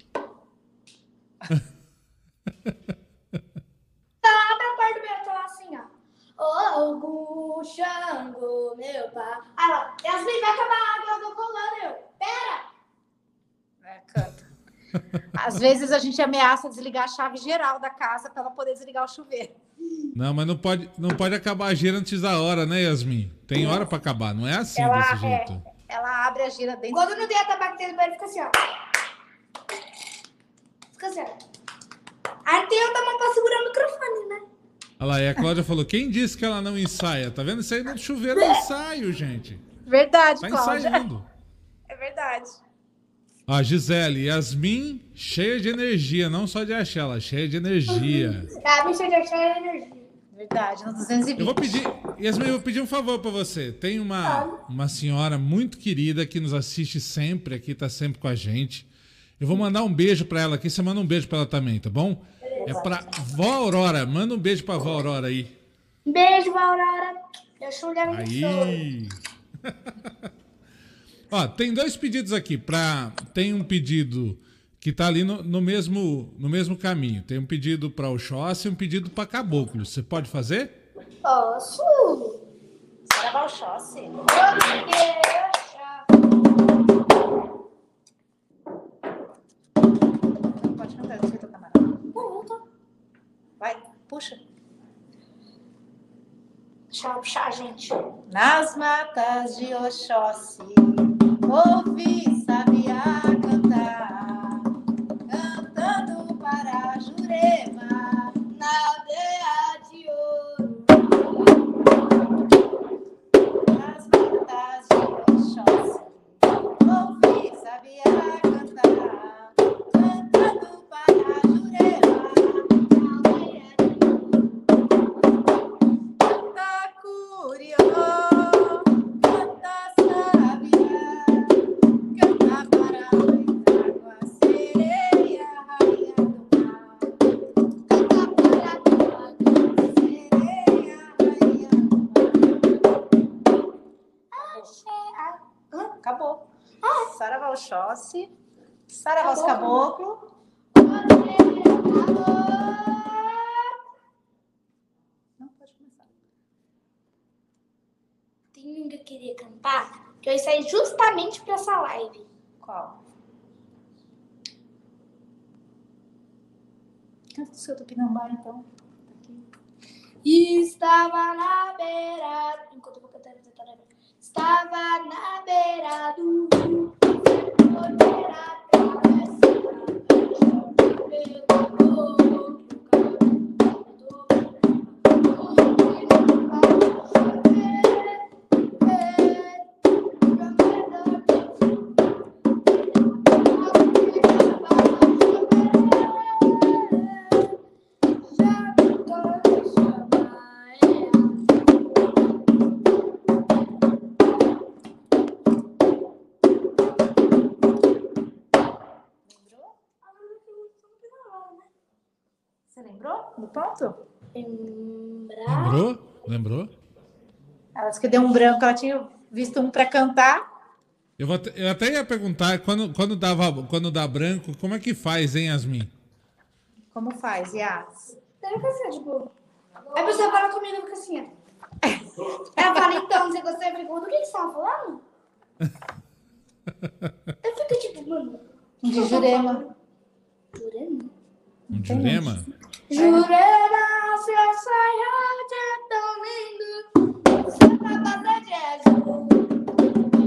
Ela abre a porta do banho, tá lá assim, ó. Ô, Gu, Xango, meu pai. Aí ela, Yasmin, vai acabar a água, eu tô colando, eu. Pera. Canta. Às vezes a gente ameaça desligar a chave geral da casa para ela poder desligar o chuveiro. Não, mas não pode acabar a gira antes da hora, né, Yasmin? Tem hora pra acabar, não é assim desse jeito. Ela abre a gira dentro. Quando não tem a tabaco dentro do banho, fica assim, ó. Fica assim, ó. Aí tem outra mão pra segurar o microfone, né? Olha lá, e a Cláudia falou, quem disse que ela não ensaia? Tá vendo? Isso aí no chuveiro é ensaio, gente. Verdade, Tá Cláudia. ensaiando. É verdade. Ó, Gisele, Yasmin, cheia de energia, não só de axé, ela cheia de energia. A bicha de achar energia. Verdade, no 220. Eu vou pedir, Yasmin, eu vou pedir um favor pra você. Tem uma senhora muito querida que nos assiste sempre aqui, tá sempre com a gente. Eu vou mandar um beijo pra ela aqui, você manda um beijo pra ela também, tá bom? É pra Vó Aurora, manda um beijo pra Vó Aurora aí. Beijo, Aurora. Deus te abençoe. Aí. Ó, tem dois pedidos aqui. Tem um pedido que tá ali no mesmo caminho. Tem um pedido para Oxóssi e um pedido para Caboclo. Você pode fazer? Posso. Saravá Oxóssi. Pode cantar, deixa eu tocar mais. Vai, puxa. Deixa eu puxar, gente. Nas matas de Oxóssi, ouvi sabiá cantar, cantando para Jurema, na aldeia de ouro. Nas matas de Oxóssi, ouvi sabiá cantar, cantando para Jurema, na aldeia de Canta curió, canta sabiá, canta para a sereia, rainha do mar. Canta para a sereia, rainha do mar. Acabou. Saravá Oxóssi, Saravá os Caboclo. Não pode começar. Tem um que eu queria cantar, que eu saí justamente pra essa live. Qual? Canta o seu Tupinambá, então. Estava na beira... Enquanto eu vou cantar, eu vou tentar lembrar. Estava na beira do rio, olhar a travessar, pelo Você lembrou do ponto? lembrar. Lembrou? Ela disse que deu um branco, ela tinha visto um para cantar. Eu até ia perguntar, quando dá branco, como é que faz, hein, Yasmin? Como faz, Yas? Deve ser, tipo... Aí a pessoa fala comigo e fica assim, ó. Ela fala, então, você gostou? Eu pergunto, o que você tava falando? Eu fico tipo, mano... De Jurema. Jurema? Um Jurema? Jurema, seu saiote é tão lindo. Você vai fazer jazz.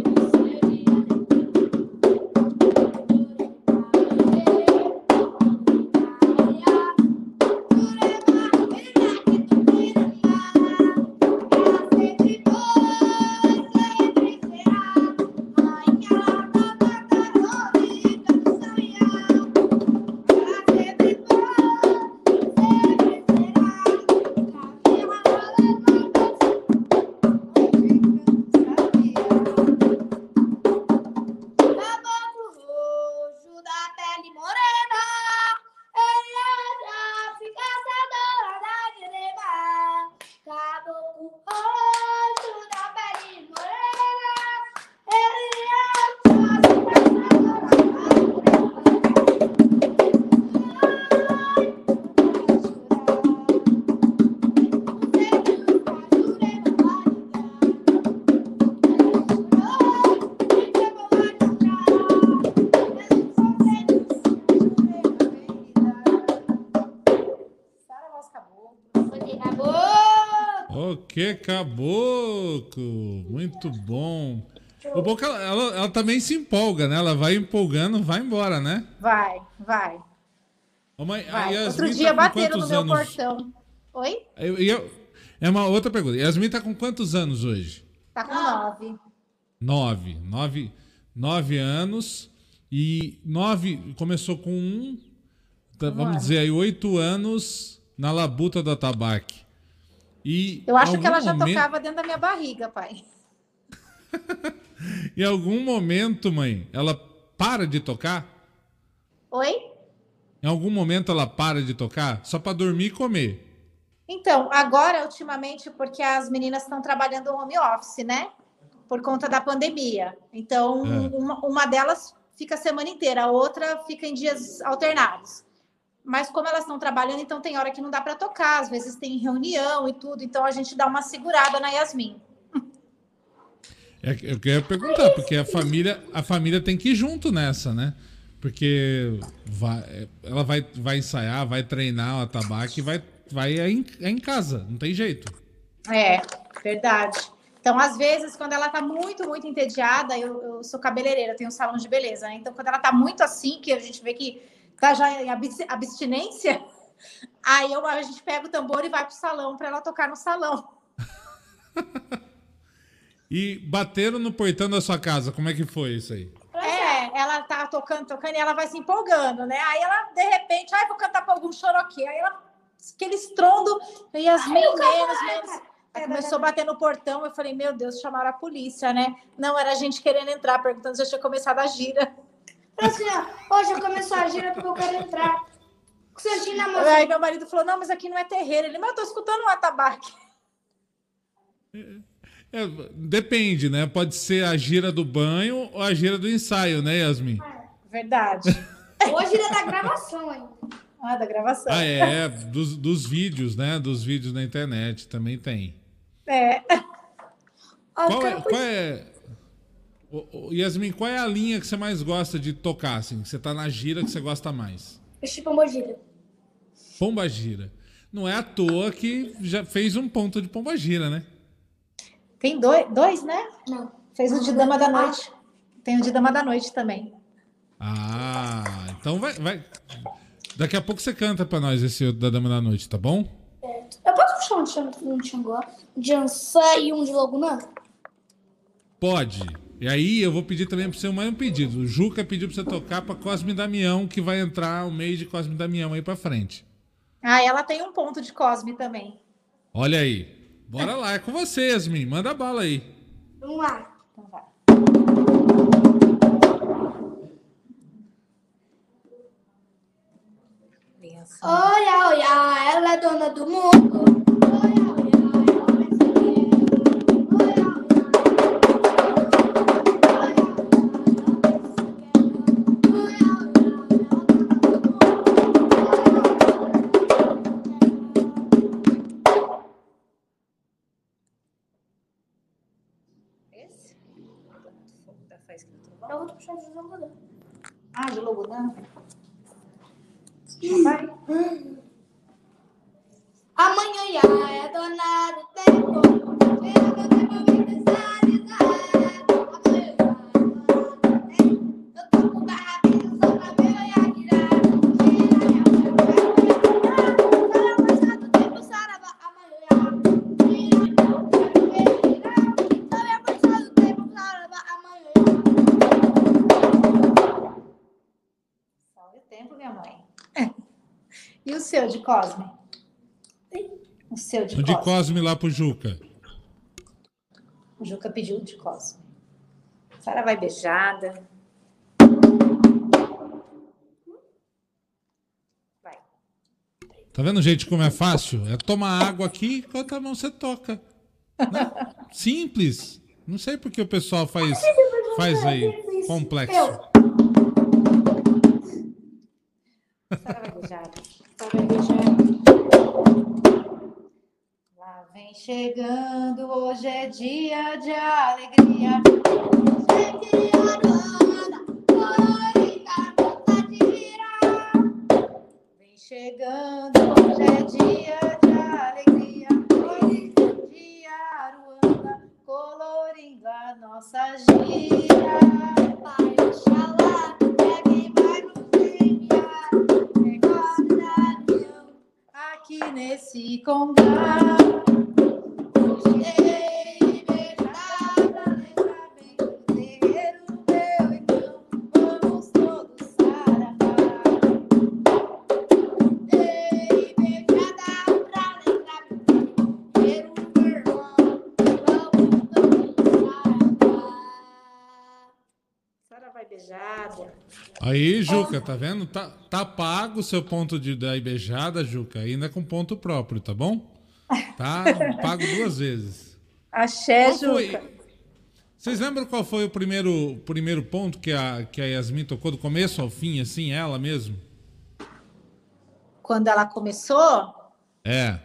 Que caboclo! Muito bom. O bom é que ela também se empolga, né? Ela vai empolgando, vai embora, né? Vai. Ô, mãe, a Vai. Yasmin Outro dia tá com bateram no quantos meu anos? portão. Oi? É uma outra pergunta. Yasmin tá com quantos anos hoje? Tá com 9. 9 anos. E 9 começou com vamos dizer aí, 8 anos na labuta do atabaque. E Eu acho que ela algum já momento- tocava dentro da minha barriga, pai. Em algum momento, mãe, ela para de tocar? Oi? Em algum momento ela para de tocar? Só para dormir e comer. Então, agora, ultimamente, porque as meninas estão trabalhando home office, né? Por conta da pandemia. Então, uma delas fica a semana inteira, a outra fica em dias alternados. Mas como elas estão trabalhando, então tem hora que não dá para tocar, às vezes tem reunião e tudo, então a gente dá uma segurada na Yasmin. Eu quero perguntar, porque a família tem que ir junto nessa, né? Porque ela vai ensaiar, vai treinar o atabaque, é em casa, não tem jeito. É, verdade. Então, às vezes, quando ela tá muito, muito entediada, eu sou cabeleireira, tenho um salão de beleza, né? Então, quando ela tá muito assim, que a gente vê que tá já em abstinência, aí a gente pega o tambor e vai pro salão para ela tocar no salão. E bateram no portão da sua casa, como é que foi isso aí? Ela tá tocando, e ela vai se empolgando, né? Aí ela, de repente, vou cantar pra algum choroquê. Aí ela, aquele estrondo, e Yasmin menos. Aí começou a bater no portão, eu falei, meu Deus, chamaram a polícia, né? Não, era a gente querendo entrar, perguntando se já tinha começado a gira. Assim, ó, hoje começou a gira porque eu quero entrar. Aí meu marido falou, não, mas aqui não é terreiro. Ele, mas eu tô escutando um atabaque. Depende, né? Pode ser a gira do banho ou a gira do ensaio, né, Yasmin? Verdade. Hoje é da gravação ainda. Da gravação. Dos vídeos, né? Dos vídeos na internet também tem. Yasmin, qual é a linha que você mais gosta de tocar, assim? Que você tá na gira que você gosta mais? Esse pombogira. Pombagira. Não é à toa que já fez um ponto de pombagira, né? Tem dois, né? Não. Fez o de Dama da Noite. Tem o de Dama da Noite também. Então vai. Daqui a pouco você canta pra nós esse outro da Dama da Noite, tá bom? Eu posso puxar um de Xangô, de Ansã e um de Logunã? Pode. E aí eu vou pedir também pra você mais um pedido. O Juca pediu pra você tocar pra Cosme Damião, que vai entrar o mês de Cosme Damião aí pra frente. Ela tem um ponto de Cosme também. Olha aí. Bora lá, é com você, Yasmin. Manda bala aí. Vamos lá. Então vai. Olha, olha, ela é dona do mundo. Olha, olha, ela é Esse? Eu vou puxar de Logunã. De Logunã. Vai. Amanhã já é dona do tempo. Tira do tempo, vem cristalizar. Amanhã já é dona do tempo. Eu tô com garrafinha só pra ver eu ia girar. Tira minha mão, vai passar do tempo, sarava. Amanhã já. Tira minha mão, quero ver girar. Só vai passar do tempo, sarava. Amanhã já. Salve o tempo, minha mãe. E o seu de Cosme? O seu de O de Cosme. Cosme lá pro Juca. O Juca pediu o de Cosme. Sara vai beijada. Vai. Tá vendo, gente, como é fácil? É tomar água aqui, com a outra mão você toca. Né? Simples. Não sei por que o pessoal faz aí complexo. Sara vai beijada. Sara vai beijada. Lá vem chegando, hoje é dia de alegria. Vem chegando, hoje é dia de alegria. Hoje é dia Aruanda, colorindo a nossa gira. Pai, Oxalá, é quem vai nos enviar. de contar. Dei beijada, lembra bem do terreiro meu irmão. Vamos todos saravá. Dei beijada pra lembrar bem do terreiro meu irmão. Vamos todos saravá. Saravá e beijada. Aí, Juca, tá vendo? Tá pago o seu ponto da beijada, Juca, ainda com ponto próprio, tá bom? Tá pago 2 vezes. Axé, Qual foi? Juca. Vocês lembram qual foi o primeiro ponto que a Yasmin tocou do começo ao fim, assim, ela mesmo? Quando ela começou, É.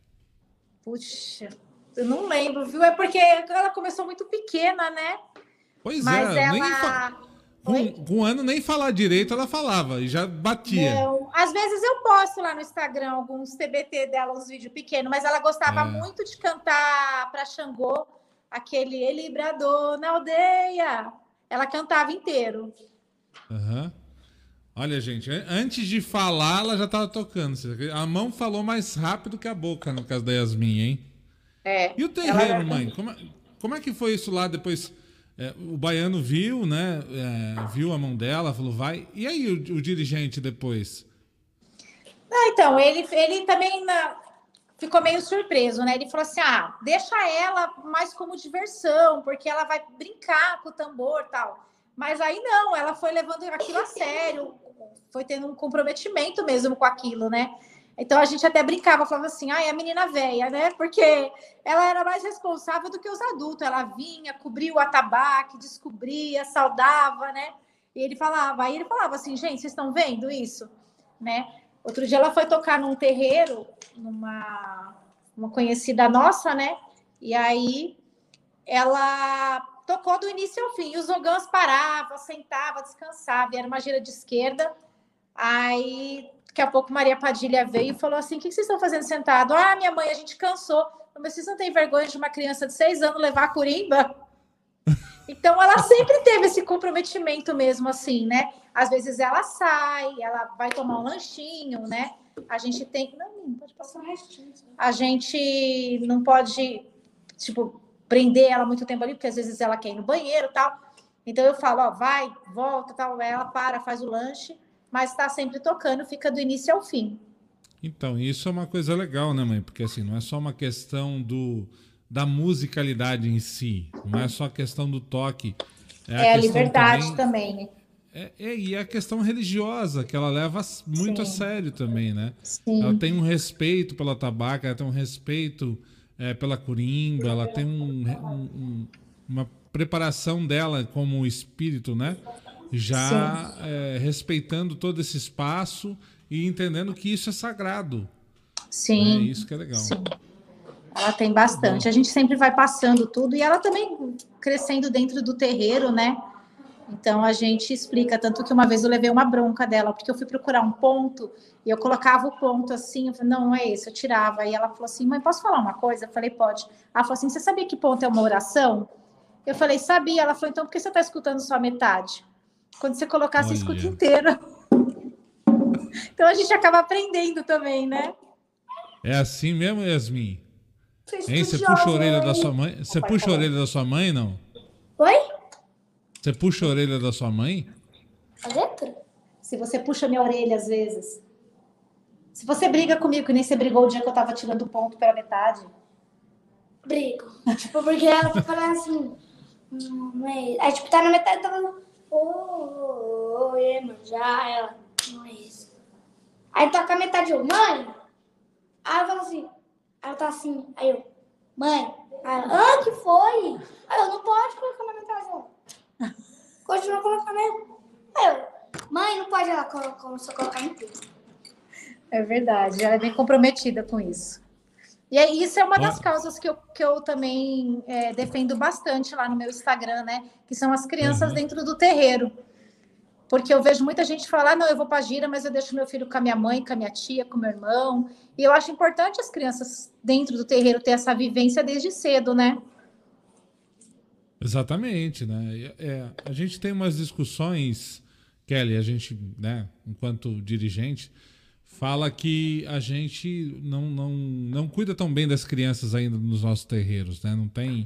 puxa, eu não lembro, viu? É porque ela começou muito pequena, né? Pois Mas é, ela. Oi? com um ano nem falar direito ela falava e já batia. Não. Às vezes eu posto lá no Instagram alguns TBT dela, uns vídeos pequenos, mas ela gostava muito de cantar para Xangô, aquele Ele bradou na aldeia. Ela cantava inteiro. Aham. Olha, gente, antes de falar, ela já estava tocando. A mão falou mais rápido que a boca, no caso da Yasmin, hein? É. E o terreiro, mãe? Como é que foi isso lá depois? O baiano viu, né? Viu a mão dela, falou, vai. E aí o dirigente depois? Então, ele também ficou meio surpreso, né? Ele falou assim, deixa ela mais como diversão, porque ela vai brincar com o tambor e tal. Mas aí não, ela foi levando aquilo a sério, foi tendo um comprometimento mesmo com aquilo, né? Então a gente até brincava, falava assim, é a menina velha, né? Porque ela era mais responsável do que os adultos. Ela vinha, cobria o atabaque, descobria, saudava, né? E ele falava assim, gente, vocês estão vendo isso? Né? Outro dia ela foi tocar num terreiro, uma conhecida nossa, né? E aí ela tocou do início ao fim. E os ogãs paravam, sentavam, descansavam. Era uma gira de esquerda. Aí, daqui a pouco, Maria Padilha veio e falou assim, o que vocês estão fazendo sentado? Minha mãe, a gente cansou. Mas vocês não têm vergonha de uma criança de 6 anos levar a curimba? Então, ela sempre teve esse comprometimento mesmo, assim, né? Às vezes ela sai, ela vai tomar um lanchinho, né? A gente tem... Não pode passar um restinho. A gente não pode, tipo, prender ela muito tempo ali, porque às vezes ela quer ir no banheiro e tal. Então, eu falo, vai, volta, tal. Ela para, faz o lanche, mas está sempre tocando, fica do início ao fim. Então, isso é uma coisa legal, né, mãe? Porque, assim, não é só uma questão da musicalidade em si, não é só a questão do toque. É a liberdade também, né? E a questão religiosa, que ela leva muito a sério também, né? Sim. Ela tem um respeito pela tabaca, ela tem um respeito pela curimba, ela tem uma preparação dela como espírito, né? Já respeitando todo esse espaço e entendendo que isso é sagrado. Sim. É isso que é legal. Sim. Ela tem bastante. A gente sempre vai passando tudo e ela também crescendo dentro do terreiro, né? Então a gente explica, tanto que uma vez eu levei uma bronca dela, porque eu fui procurar um ponto e eu colocava o ponto assim, eu falei, não é esse, eu tirava. E ela falou assim, mãe, posso falar uma coisa? Eu falei, pode. Ela falou assim, você sabia que ponto é uma oração? Eu falei, sabia. Ela falou, então por que você está escutando só a metade? Quando você colocar, você escuta inteira. Então a gente acaba aprendendo também, né? É assim mesmo, Yasmin? Hein? Você puxa a orelha da sua mãe? Você puxa a orelha da sua mãe, não? Oi? Você puxa a orelha da sua mãe? A letra? Se você puxa minha orelha às vezes. Se você briga comigo, que nem você brigou o dia que eu tava tirando o ponto pela metade. Brigo. Tipo, porque ela fala assim. Não é isso. Aí, tipo, tá na metade, tá falando. Já ela. Não é isso. Aí toca a metade, eu, mãe. Aí ela fala assim. Ela tá assim. Aí eu, mãe. Aí ela, que foi? Aí eu, não pode colocar na metade, não. Continua colocando mesmo. Aí eu, mãe, não pode. Ela começou a colocar em tudo. É verdade, ela é bem comprometida com isso. E isso é uma das causas que eu também defendo bastante lá no meu Instagram, né? Que são as crianças dentro do terreiro. Porque eu vejo muita gente falar, não, eu vou para a gira, mas eu deixo meu filho com a minha mãe, com a minha tia, com o meu irmão. E eu acho importante as crianças dentro do terreiro ter essa vivência desde cedo, né? Exatamente, né? A gente tem umas discussões, Kelly, a gente, né, enquanto dirigente, fala que a gente não cuida tão bem das crianças ainda nos nossos terreiros, né? Não tem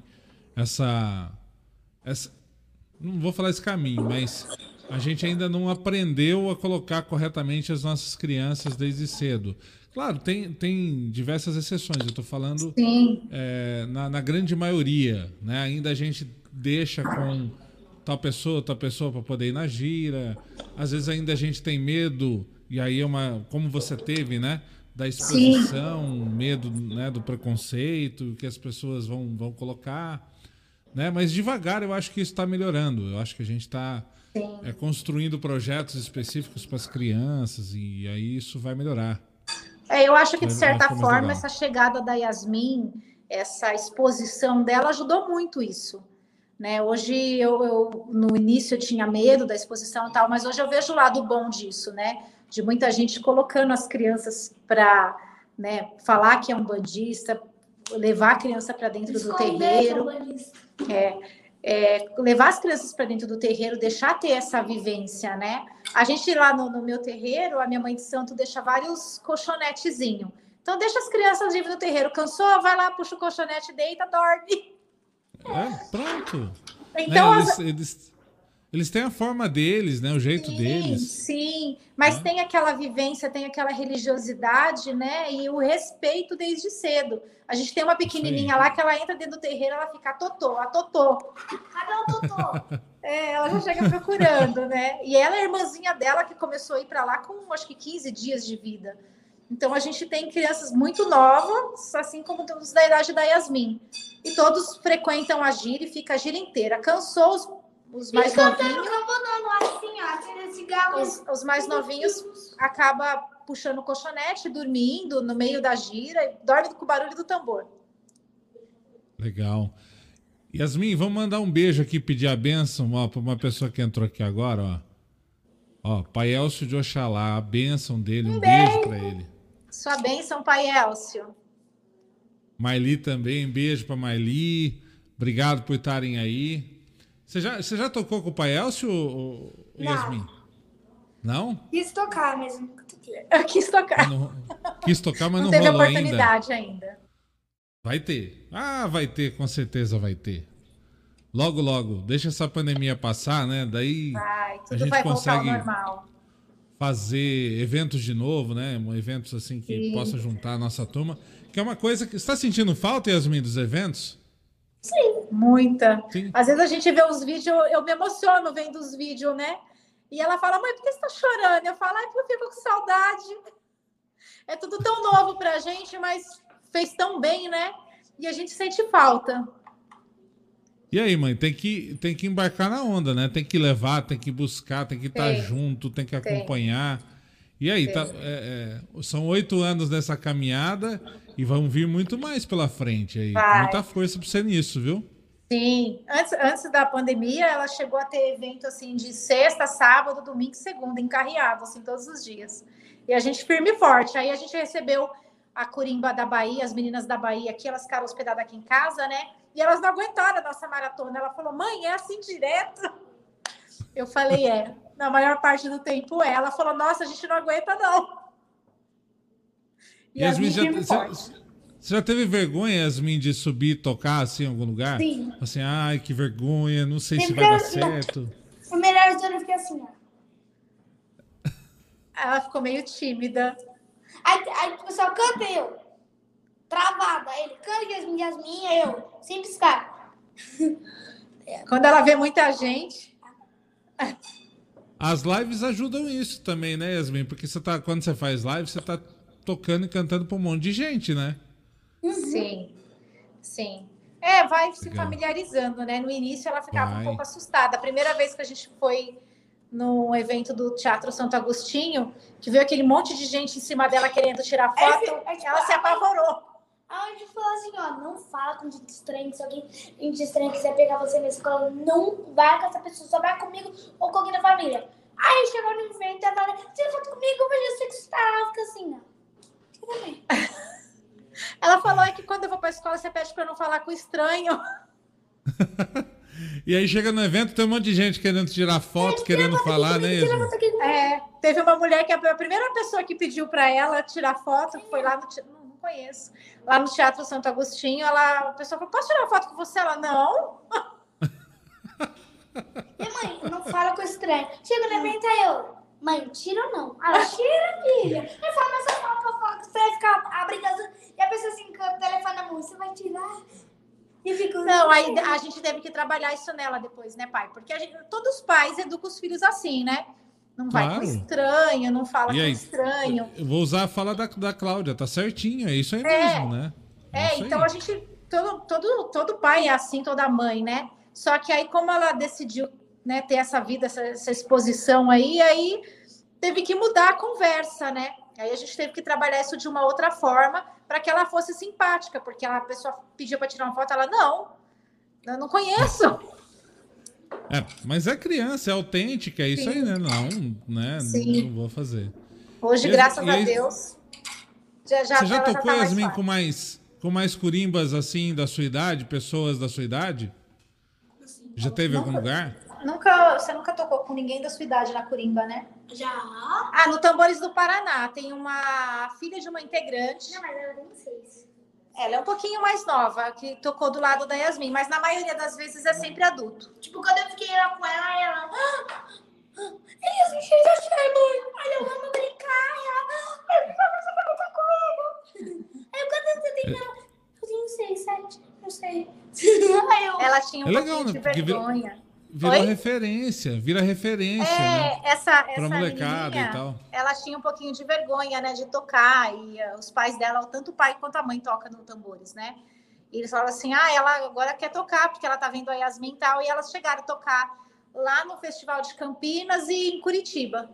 essa não vou falar esse caminho, mas a gente ainda não aprendeu a colocar corretamente as nossas crianças desde cedo. Claro, tem diversas exceções, eu estou falando na grande maioria, né? Ainda a gente deixa com tal pessoa para poder ir na gira, às vezes ainda a gente tem medo, e aí como você teve, né? Da exposição, medo, né, do preconceito que as pessoas vão colocar. Né? Mas devagar eu acho que isso está melhorando. Eu acho que a gente está construindo projetos específicos para as crianças e aí isso vai melhorar. Eu acho que, de certa forma, essa chegada da Yasmin, essa exposição dela ajudou muito isso. Né? Hoje, no início eu tinha medo da exposição e tal, mas hoje eu vejo o lado bom disso, né? De muita gente colocando as crianças para, né, falar que é um bandista, levar a criança para dentro do terreiro. Levar as crianças para dentro do terreiro, deixar ter essa vivência, né? A gente lá no meu terreiro, a minha mãe de santo deixa vários colchonetezinhos. Então deixa as crianças dentro do terreiro. Cansou? Vai lá, puxa o colchonete, deita, dorme. Pronto. Então, eles têm a forma deles, né? O jeito deles. Sim, mas tem aquela vivência, tem aquela religiosidade, né? E o respeito desde cedo. A gente tem uma pequenininha lá que ela entra dentro do terreiro, ela fica a Totô. Cadê o Totô? Ela já chega procurando, né? E ela é a irmãzinha dela que começou a ir para lá com, acho que 15 dias de vida. Então, a gente tem crianças muito novas, assim como todos da idade da Yasmin. E todos frequentam a gira e fica a gira inteira. Cansou os mais novinhos. Os mais novinhos acaba puxando o colchonete, dormindo no meio da gira, e dorme com o barulho do tambor. Legal. Yasmin, vamos mandar um beijo aqui, pedir a bênção para uma pessoa que entrou aqui agora, ó. Pai Elcio de Oxalá, a bênção dele, um beijo para ele. Sua bênção, Pai Elcio. Maili também, um beijo para Maili. Obrigado por estarem aí. Você já tocou com o Pai Elcio, Yasmin? Não? Quis tocar, mas nunca toquei. Eu quis tocar. Quis tocar, mas não teve rolou oportunidade ainda. Vai ter. Vai ter, com certeza vai ter. Logo, logo. Deixa essa pandemia passar, né? Daí tudo a gente vai consegue voltar ao normal. Fazer eventos de novo, né? Eventos assim que possa juntar a nossa turma. Que é uma coisa que... Você está sentindo falta, Yasmin, dos eventos? Sim, muita. Sim. Às vezes a gente vê os vídeos, eu me emociono vendo os vídeos, né? E ela fala, mãe, por que você tá chorando? Eu falo, porque eu fico com saudade. É tudo tão novo pra gente, mas fez tão bem, né? E a gente sente falta. E aí, mãe, tem que embarcar na onda, né? Tem que levar, tem que buscar, tem que estar junto, tem que acompanhar. E aí, são 8 anos nessa caminhada e vão vir muito mais pela frente aí. Muita força pra você nisso, viu? Sim. Antes da pandemia, ela chegou a ter evento assim de sexta, sábado, domingo e segunda, encarreado, assim, todos os dias. E a gente firme e forte. Aí a gente recebeu a Corimba da Bahia, as meninas da Bahia aqui, elas ficaram hospedadas aqui em casa, né? E elas não aguentaram a nossa maratona. Ela falou, mãe, é assim direto? Eu falei, na maior parte do tempo é. Ela falou, nossa, a gente não aguenta, não. Yasmin, você já teve vergonha, Yasmin, de subir e tocar assim em algum lugar? Sim. Assim, ai, que vergonha, não sei se vai dar certo. A melhor história eu fiquei assim, ó. Ela ficou meio tímida. Aí o pessoal canta eu. Travada. Ele canta Yasmin, eu. Sem piscar. Quando ela vê muita gente. As lives ajudam isso também, né, Yasmin? Porque quando você faz live, você tá tocando e cantando para um monte de gente, né? Sim, sim. Vai se familiarizando, né? No início ela ficava um pouco assustada. A primeira vez que a gente foi no evento do Teatro Santo Agostinho, que veio aquele monte de gente em cima dela querendo tirar foto, ela se apavorou. A gente falou assim, ó, não fala com gente estranha, se alguém gente estranha quiser pegar você na escola, não vai com essa pessoa, só vai comigo ou com alguém da família. Aí chegou no evento, ela falou, tira foto comigo, eu vejo você que está, fica assim, ó. Ela falou que quando eu vou pra escola, você pede pra eu não falar com estranho. E aí chega no evento, tem um monte de gente querendo tirar foto, querendo falar, né? Teve uma mulher que a primeira pessoa que pediu para ela tirar foto foi lá no não conheço, lá no Teatro Santo Agostinho. A pessoa falou: posso tirar uma foto com você? Ela não. Minha mãe, não fala com estranho. Chega na frente aí eu. Mãe, tira ou não? Ela tira, filha. Eu falo, mas eu falo que você vai ficar brigando. E a pessoa assim, com o telefone na mão, você vai tirar? E eu fico. Não, aí a gente teve que trabalhar isso nela depois, né, pai? Porque todos os pais educam os filhos assim, né? Não vai Claro. com estranho, não fala E com aí? estranho. Eu vou usar a fala da Cláudia, tá certinho, é isso aí mesmo, né? Isso Então aí. a gente, todo pai é assim, toda mãe, né? Só que aí, como ela decidiu, né, ter essa vida, essa exposição aí teve que mudar a conversa, né? Aí a gente teve que trabalhar isso de uma outra forma para que ela fosse simpática, porque a pessoa pediu para tirar uma foto, ela, não, eu não conheço. Mas é criança, é autêntica, é isso aí, né? Não, né? Sim. Não vou fazer. Hoje, graças a Deus, você já ela tocou, tá Yasmin, fácil. com mais curimbas assim da sua idade, pessoas da sua idade? Já teve algum lugar? Você nunca tocou com ninguém da sua idade na Curimba, né? Já? No Tambores do Paraná. Tem uma filha de uma integrante. Não, mas eu nem sei. Ela é um pouquinho mais nova, que tocou do lado da Yasmin, mas na maioria das vezes é sempre adulto. Tipo, quando eu fiquei lá com ela. Yasmin, já achei, mãe. Olha, eu amo brincar. E ela. Você vai brincar comigo? Aí quando você tem. Eu tenho 6, 7, não sei. Ela tinha um legal, pouquinho né? de Porque vergonha. Vira Oi? referência, né? Essa Pra molecada menininha, e tal. ela tinha um pouquinho de vergonha, né, de tocar, e os pais dela, tanto o pai quanto a mãe toca no Tambores, né? E eles falaram assim, ela agora quer tocar, porque ela tá vendo a Yasmin e tal, e elas chegaram a tocar lá no Festival de Campinas e em Curitiba.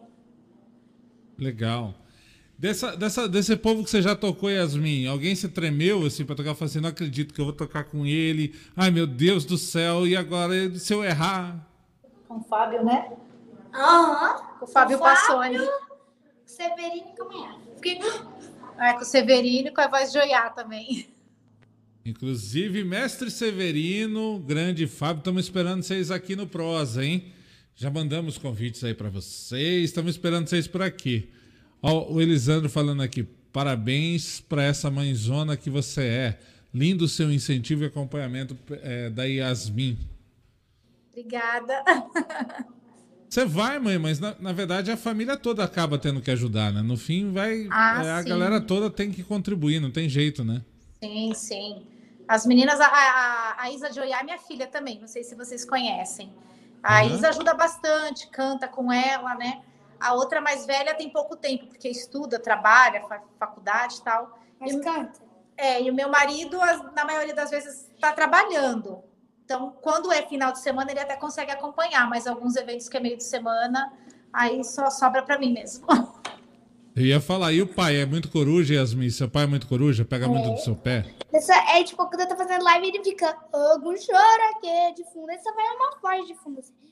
Legal. Desse povo que você já tocou, Yasmin, alguém se tremeu assim pra tocar? Falou assim, não acredito que eu vou tocar com ele. Ai, meu Deus do céu, e agora se eu errar? Com o Fábio, né? Aham. O Fábio Passoni. Severino e Caminhar. Fiquei. Com o Severino e com a voz de Oiá também. Inclusive, mestre Severino, grande Fábio, estamos esperando vocês aqui no Prosa, hein? Já mandamos convites aí pra vocês, estamos esperando vocês por aqui. Ó, o Elisandro falando aqui, parabéns para essa mãezona que você é. Lindo o seu incentivo e acompanhamento da Yasmin. Obrigada. Você vai, mãe, mas na verdade a família toda acaba tendo que ajudar, né? No fim, a sim. galera toda tem que contribuir, não tem jeito, né? Sim, sim. As meninas, a Isa de Oiá é minha filha também, não sei se vocês conhecem. A Isa ajuda bastante, canta com ela, né? A outra mais velha tem pouco tempo, porque estuda, trabalha, faz faculdade e tal. Mas canta. E o meu marido, na maioria das vezes, está trabalhando. Então, quando é final de semana, ele até consegue acompanhar, mas alguns eventos que é meio de semana, aí só sobra para mim mesmo. Eu ia falar, e o pai é muito coruja, Yasmin? Seu pai é muito coruja? Pega muito do seu pé? Tipo, quando eu tô fazendo live, ele fica, algum choro aqui de fundo. Ele só vai uma voz de fundo assim.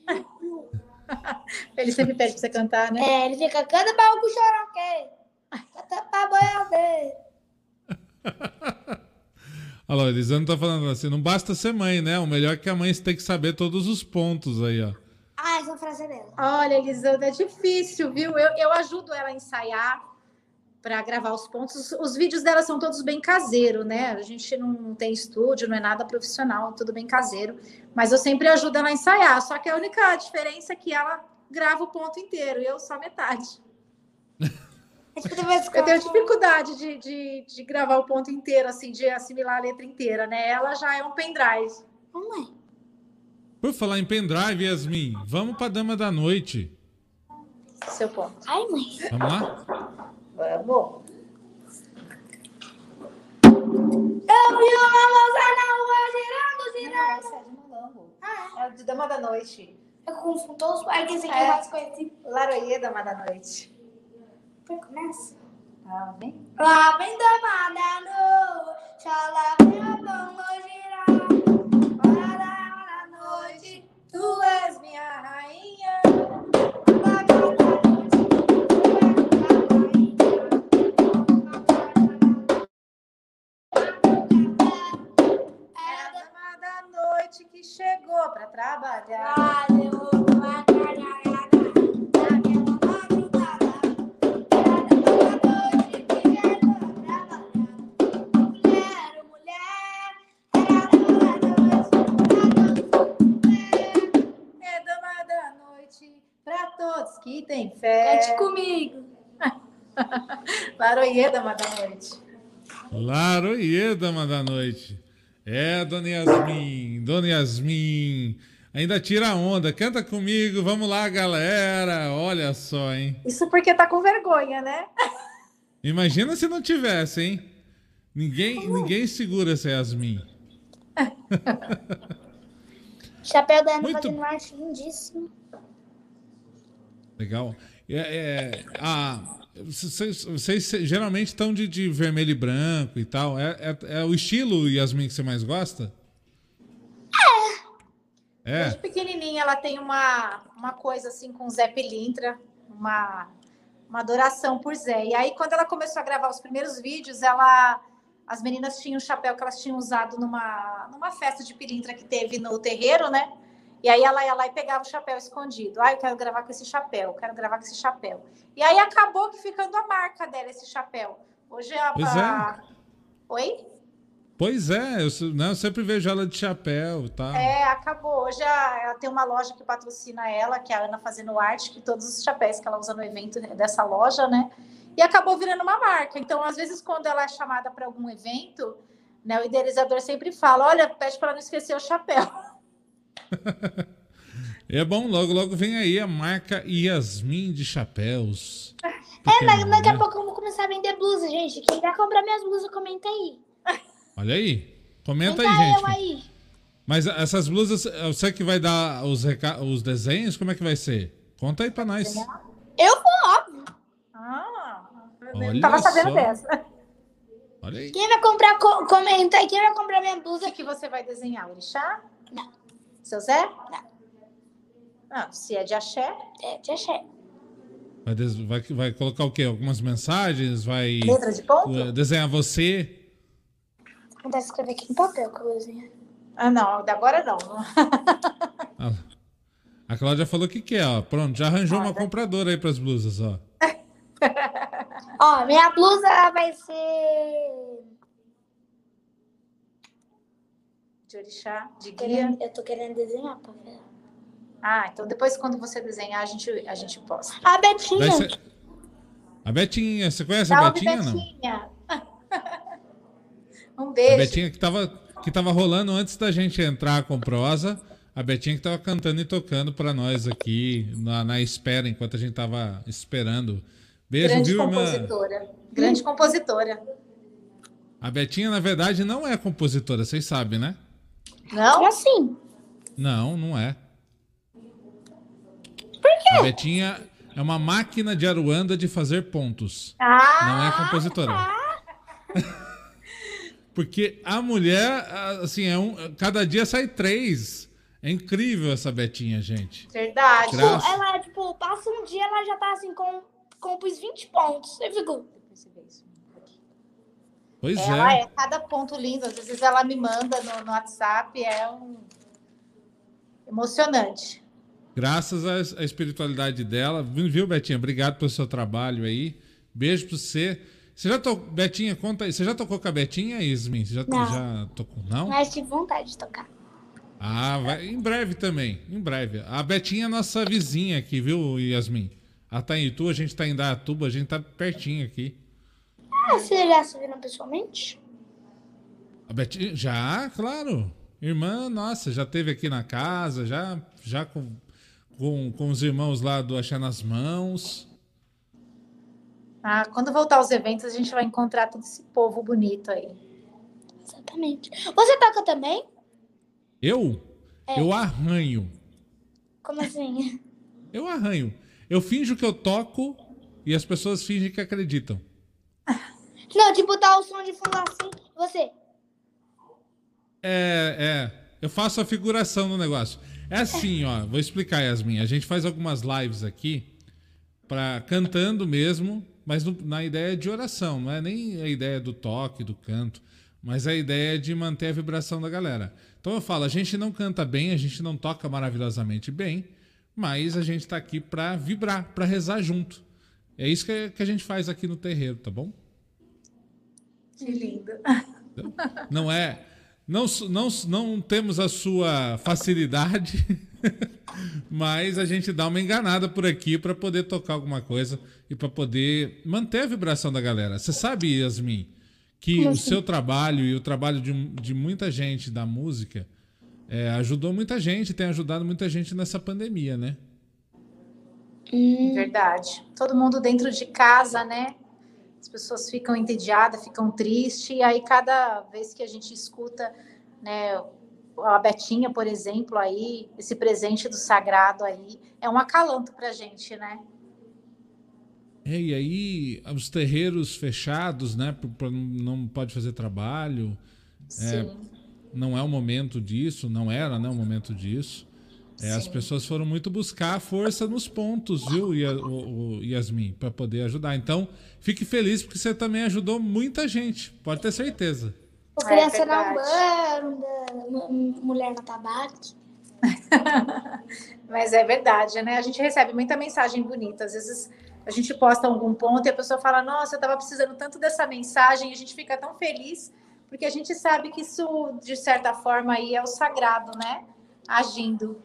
Ele sempre pede pra você cantar, né? Ele fica, canta pra algum choro aqui. Canta pra boia dele. Olha lá, o Elisandro tá falando assim, não basta ser mãe, né? O melhor é que a mãe tem que saber todos os pontos aí, ó. Essa frase é dela. Olha, Elisandra, é difícil, viu? Eu ajudo ela a ensaiar para gravar os pontos. Os vídeos dela são todos bem caseiro, né? A gente não tem estúdio, não é nada profissional, tudo bem caseiro. Mas eu sempre ajudo ela a ensaiar. Só que a única diferença é que ela grava o ponto inteiro e eu só metade. Eu tenho dificuldade de gravar o ponto inteiro, assim, de assimilar a letra inteira, né? Ela já é um pendrive. Mamãe. Por falar em pendrive, Yasmin, vamos pra Dama da Noite. Seu ponto. Ai, mãe. Vamos lá? Vamos. Eu vi uma moça na rua girando. Não, esse é de Mulambo. É o de Dama da Noite. Eu confundo todos. Ai, que esse aqui é mais conhecido. Laroie, Dama da Noite. Começa. Vem. Lá vem Dama da Noite. Lá vem a dama girar. Para a noite, tu és minha rainha. É a dama da noite que chegou para trabalhar. Valeu, uma caralhada. Naquela madrugada. Para todos que têm fé. Cante comigo. Laroie, dama da noite. Laroie, dama da noite. Dona Yasmin. Ainda tira a onda. Canta comigo, vamos lá, galera. Olha só, hein? Isso porque tá com vergonha, né? Imagina se não tivesse, hein? Ninguém segura essa Yasmin. Chapéu da Ana Muito- fazendo arte lindíssimo. Legal. Vocês geralmente estão de vermelho e branco e tal. É o estilo, Yasmin, que você mais gosta? Desde É? pequenininha ela tem uma coisa assim com o Zé Pilintra, uma adoração por Zé. E aí, quando ela começou a gravar os primeiros vídeos, as meninas tinham um chapéu que elas tinham usado numa festa de pilintra que teve no terreiro, né? E aí ela ia lá e pegava o chapéu escondido. Eu quero gravar com esse chapéu, quero gravar com esse chapéu. E aí acabou que ficando a marca dela, esse chapéu. Hoje Pois é. Oi? Pois é, eu sempre vejo ela de chapéu e tal. Acabou. Hoje ela tem uma loja que patrocina ela, que é a Ana Fazendo Arte, que todos os chapéus que ela usa no evento é dessa loja, né? E acabou virando uma marca. Então, às vezes, quando ela é chamada para algum evento, né, o idealizador sempre fala: olha, pede para não esquecer o chapéu. É bom, logo vem aí a marca Yasmin de chapéus. Mas daqui a Né? pouco eu vou começar a vender blusa, gente. Quem vai comprar minhas blusas, comenta aí. Olha aí. Comenta aí, Comenta gente. eu aí. Mas essas blusas, você que vai dar os desenhos, como é que vai ser? Conta aí pra nós. Eu vou, óbvio. Eu Olha não tava sabendo só. dessa. Olha aí. Quem vai comprar, comenta aí. Quem vai comprar minha O blusa? que você vai desenhar? Orixá? Não. Seu Zé? Não. Não, se é de axé, É, te achei. Vai colocar o quê? Algumas mensagens? Vai letra de ponto? desenhar você? Vou tentar escrever aqui no papel que eu vou desenhar. Não, agora não. Ah, a Cláudia falou que quer, ó. Pronto, já arranjou uma compradora aí pras blusas, ó. Ó, minha blusa ela vai ser... De orixá, de guia. Eu tô querendo desenhar pra ver. Então depois quando você desenhar, a gente posta. A Betinha. Daí a Betinha, você conhece a Salve, Betinha, não? Betinha. Um A beijo. Betinha que tava rolando antes da gente entrar com prosa. A Betinha que tava cantando e tocando pra nós aqui na espera, enquanto a gente tava esperando. Beijo, Grande viu, irmã? compositora. Grande compositora. A Betinha, na verdade, não é compositora, vocês sabem, né? Não? É assim. Não é. Por quê? A Betinha é uma máquina de Aruanda de fazer pontos. Não é compositora. Porque a mulher, assim, cada dia sai 3. É incrível essa Betinha, gente. Verdade. Graças- Ela, tipo, passa um dia, ela já tá assim, compôs 20 pontos. Eu fico... Pois Ela é. é cada ponto lindo. Às vezes ela me manda no WhatsApp. Emocionante. Graças à espiritualidade dela. Viu, Betinha? Obrigado pelo seu trabalho aí. Beijo pra você. Betinha, conta aí. Você já tocou com a Betinha, Yasmin? Você já tocou? Não? Mas tive vontade de tocar. Vai em breve também. Em breve. A Betinha é nossa vizinha aqui, viu, Yasmin? Ela tá em Itu, a gente tá em Dayatuba, a gente tá pertinho aqui. Você já se viram pessoalmente? A Betinha, já, claro. Irmã, nossa, já teve aqui na casa, já com os irmãos lá do Axé nas Mãos. Quando voltar aos eventos, a gente vai encontrar todo esse povo bonito aí. Exatamente. Você toca também? Eu arranho. Como assim? Eu arranho. Eu finjo que eu toco e as pessoas fingem que acreditam. Não, tipo, tá o som de fundo assim. Você. Eu faço a figuração no negócio. É assim, ó. Vou explicar, Yasmin. A gente faz algumas lives aqui, cantando mesmo, mas na ideia de oração. Não é nem a ideia do toque, do canto, mas a ideia de manter a vibração da galera. Então eu falo, a gente não canta bem, a gente não toca maravilhosamente bem, mas a gente tá aqui pra vibrar, pra rezar junto. É isso que a gente faz aqui no terreiro, tá bom? Que lindo. Não temos a sua facilidade, Mas a gente dá uma enganada por aqui para poder tocar alguma coisa e para poder manter a vibração da galera. Você sabe, Yasmin, que o seu trabalho e o trabalho de muita gente da música ajudou muita gente, tem ajudado muita gente nessa pandemia, né? Verdade. Todo mundo dentro de casa, né? As pessoas ficam entediadas, ficam tristes, e aí cada vez que a gente escuta, né, a Betinha, por exemplo, aí, esse presente do sagrado aí, é um acalanto pra gente, né? E aí, os terreiros fechados, né? Não pode fazer trabalho. Sim. Não é o momento disso, não era, né, o momento disso. As pessoas foram muito buscar a força nos pontos, viu, Yasmin, para poder ajudar. Então, fique feliz porque você também ajudou muita gente, pode ter certeza. Eu queria assinar um banner da Mulher no Tabaco. Mas é verdade, né? A gente recebe muita mensagem bonita. Às vezes a gente posta algum ponto e a pessoa fala, nossa, eu estava precisando tanto dessa mensagem, e a gente fica tão feliz, porque a gente sabe que isso, de certa forma, aí é o sagrado, né? Agindo.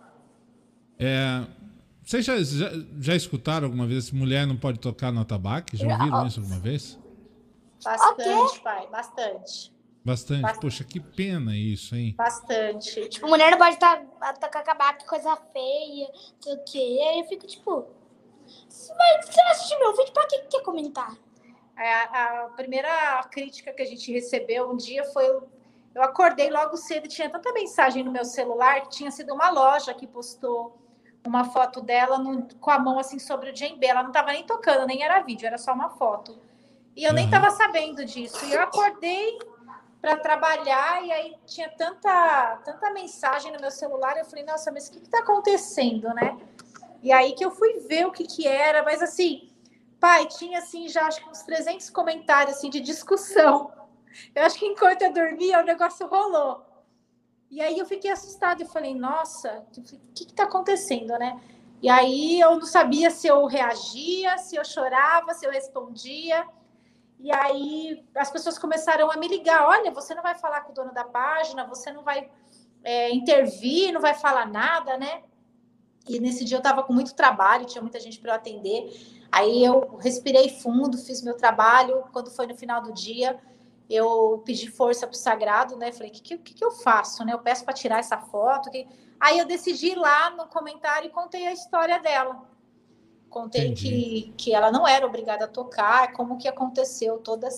Vocês já escutaram alguma vez mulher não pode tocar no atabaque? Já ouviram isso alguma vez? Bastante, pai, bastante. Bastante? Poxa, que pena isso, hein? Bastante. Tipo, mulher não pode tocar tabaco, coisa feia, não sei o quê. Aí eu fico tipo, mas você assistiu meu vídeo, pra que quer comentar? A primeira crítica que a gente recebeu um dia foi... Eu acordei logo cedo e tinha tanta mensagem no meu celular que tinha sido uma loja que postou uma foto dela com a mão assim sobre o djembe. Ela não estava nem tocando, nem era vídeo, era só uma foto. E eu nem estava sabendo disso. E eu acordei para trabalhar e aí tinha tanta mensagem no meu celular. Eu falei, nossa, mas o que está acontecendo, né? E aí que eu fui ver o que era. Mas assim, pai, tinha assim já acho que uns 300 comentários assim, de discussão. Eu acho que enquanto eu dormia, o negócio rolou. E aí eu fiquei assustada. Eu falei, nossa, o que está acontecendo, né? E aí eu não sabia se eu reagia, se eu chorava, se eu respondia. E aí as pessoas começaram a me ligar. Olha, você não vai falar com o dono da página, você não vai intervir, não vai falar nada, né? E nesse dia eu estava com muito trabalho, tinha muita gente para eu atender. Aí eu respirei fundo, fiz meu trabalho. Quando foi no final do dia... eu pedi força para o sagrado, né? Falei, o que eu faço, né? Eu peço para tirar essa foto. Aí eu decidi ir lá no comentário e contei a história dela. Contei que ela não era obrigada a tocar, como que aconteceu toda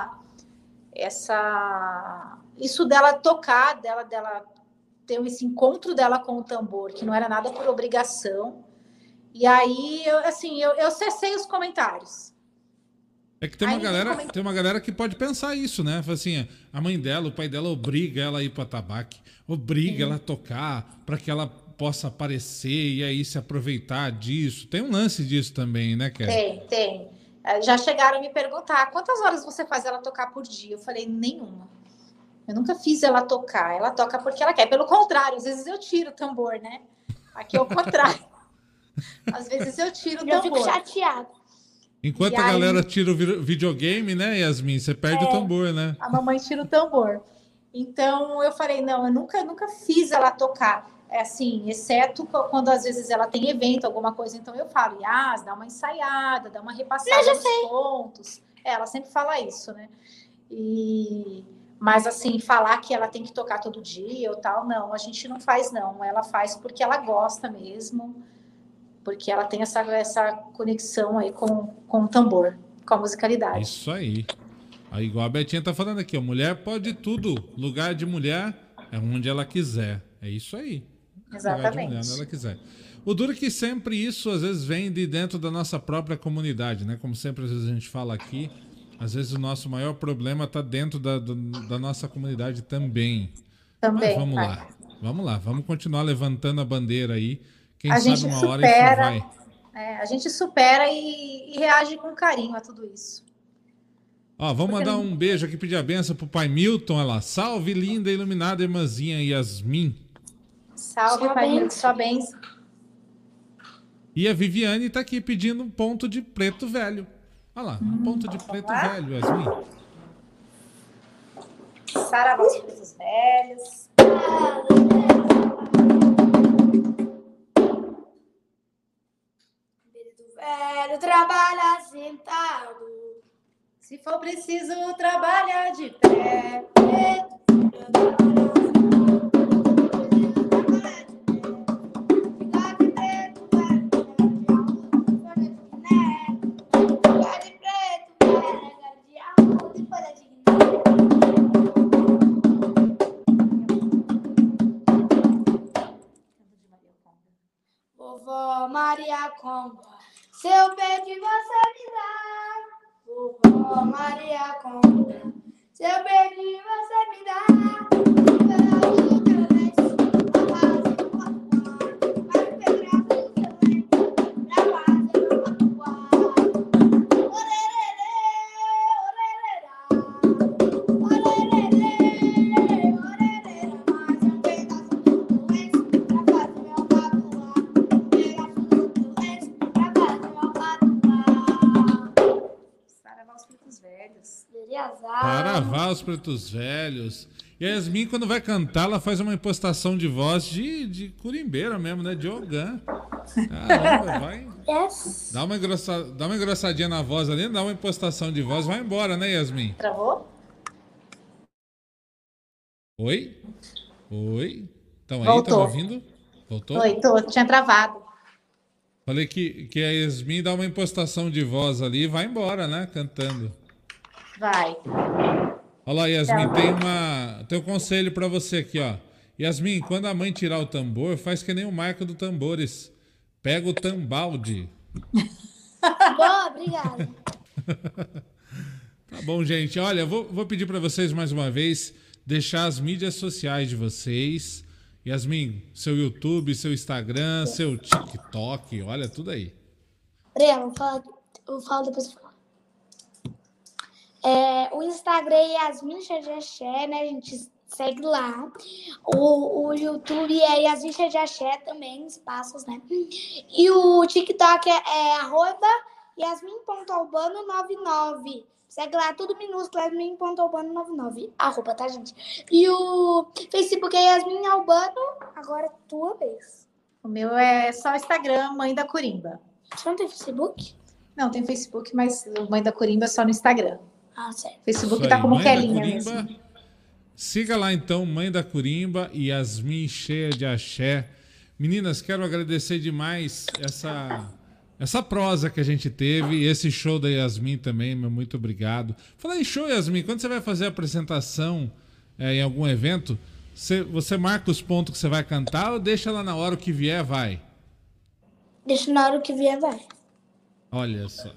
isso dela tocar, dela ter esse encontro dela com o tambor, que não era nada por obrigação. E aí, eu cessei os comentários. É que tem uma galera que pode pensar isso, né? Fala assim, a mãe dela, o pai dela obriga ela a ir para tabaque, obriga ela a tocar para que ela possa aparecer e aí se aproveitar disso. Tem um lance disso também, né, Kelly? Tem. Já chegaram a me perguntar, quantas horas você faz ela tocar por dia? Eu falei, nenhuma. Eu nunca fiz ela tocar. Ela toca porque ela quer. Pelo contrário, às vezes eu tiro o tambor, né? Aqui é o contrário. Às vezes eu tiro o tambor. Eu fico chateada. Enquanto a galera tira o videogame, né, Yasmin? Você perde o tambor, né? A mamãe tira o tambor. Então, eu falei, não, eu nunca fiz ela tocar. Assim, exceto quando às vezes ela tem evento, alguma coisa. Então, eu falo, Yas, dá uma ensaiada, dá uma repassada nos pontos. Ela sempre fala isso, né? Mas, assim, falar que ela tem que tocar todo dia ou tal, não. A gente não faz, não. Ela faz porque ela gosta mesmo. Porque ela tem essa conexão aí com o tambor, com a musicalidade. Isso aí. Aí, igual a Betinha tá falando aqui, ó, mulher pode tudo. Lugar de mulher é onde ela quiser. É isso aí. Exatamente. Lugar de mulher onde ela quiser. O duro é que sempre isso, às vezes, vem de dentro da nossa própria comunidade, né? Como sempre, às vezes, a gente fala aqui, às vezes o nosso maior problema tá dentro da nossa comunidade também. Mas vamos lá. Vamos continuar levantando a bandeira aí. Quem sabe uma hora isso vai. A gente supera e reage com carinho a tudo isso. Ó, vamos mandar um beijo aqui, pedir a benção pro pai Milton. Olha lá. Salve, linda, iluminada irmãzinha Yasmin. Salve, pai Milton. Sua benção. E a Viviane tá aqui pedindo um ponto de preto velho. Olha lá, um ponto de preto velho, Yasmin. Saravá os pretos velhos. velho trabalha sentado. Se for preciso, trabalha de pé. Vovó Maria Conga, se eu pedir você me dá. Vovó Maria Conga, se eu pedir você me dá. Saravá os pretos velhos. E a Yasmin, quando vai cantar, ela faz uma impostação de voz de curimbeira mesmo, né? De ogã. Caramba, vai. Yes. Dá uma engrossadinha na voz ali, dá uma impostação de voz, vai embora, né, Yasmin? Travou? Oi? Oi? Estão aí? Voltou. Estão ouvindo? Voltou? Oi, tinha travado. Falei que a Yasmin dá uma impostação de voz ali e vai embora, né? Cantando. Vai. Olha lá, Yasmin, tem um conselho pra você aqui, ó. Yasmin, quando a mãe tirar o tambor, faz que nem o Marco do Tambores. Pega o tambalde. Boa, obrigada. Tá bom, gente. Olha, vou pedir pra vocês mais uma vez deixar as mídias sociais de vocês. Yasmin, seu YouTube, seu Instagram, seu TikTok, olha tudo aí. Breno, eu falo depois. O Instagram é Yasmin de Axé, né? A gente segue lá. O YouTube é Yasmin de Axé também, espaços, né? E o TikTok é @Yasmin.albano99. Segue lá, tudo minúsculo, Yasmin.albano99. @ tá, gente? E o Facebook é Yasmin Albano. Agora, tua vez. O meu é só Instagram, Mãe da Corimba. Você não tem Facebook? Não, tem Facebook, mas o Mãe da Corimba é só no Instagram. Ah, certo. Facebook Isso tá aí, como Mãe da Kelinha Corimba. mesmo. Siga lá então, Mãe da Corimba e Yasmin cheia de axé. Meninas, quero agradecer demais essa prosa que a gente teve, esse show da Yasmin também, meu muito obrigado. Fala em show, Yasmin, quando você vai fazer a apresentação em algum evento, você marca os pontos que você vai cantar ou deixa lá na hora o que vier, vai? Deixa na hora que vier, vai. Olha só.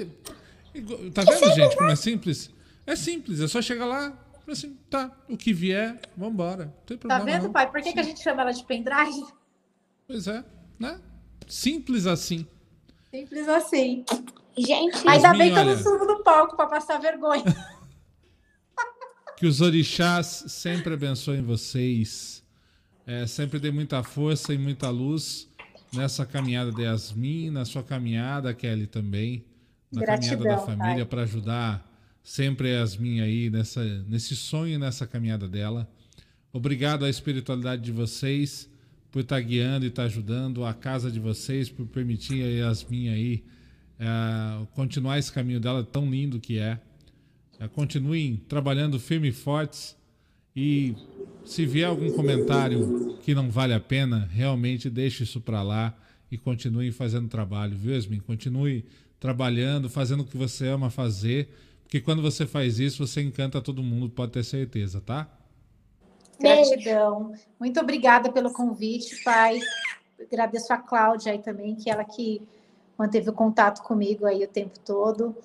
Tá vendo, gente, como é simples? É simples, é só chegar lá, assim, tá, o que vier, vambora. Não tem Tá problema vendo, não. pai? Por que a gente chama ela de pendrive? Pois é, né? Simples assim. Simples assim. Gente, Ainda Yasmin, bem que eu não olha. subo no palco pra passar vergonha. Que os orixás sempre abençoem vocês. Sempre dê muita força e muita luz nessa caminhada de Yasmin, na sua caminhada, Kelly, também. Na Gratidão, caminhada da família, pai. para ajudar sempre a Yasmin aí nesse sonho, nessa caminhada dela. Obrigado à espiritualidade de vocês por estar guiando e estar ajudando, a casa de vocês por permitir a Yasmin aí continuar esse caminho dela tão lindo que é. Continuem trabalhando firme e fortes e se vier algum comentário que não vale a pena, realmente deixe isso para lá e continuem fazendo trabalho, viu, Yasmin? Continue trabalhando, fazendo o que você ama fazer, porque quando você faz isso, você encanta todo mundo, pode ter certeza, tá? Gratidão. Muito obrigada pelo convite, pai. Agradeço a Cláudia aí também, que ela que manteve o contato comigo aí o tempo todo.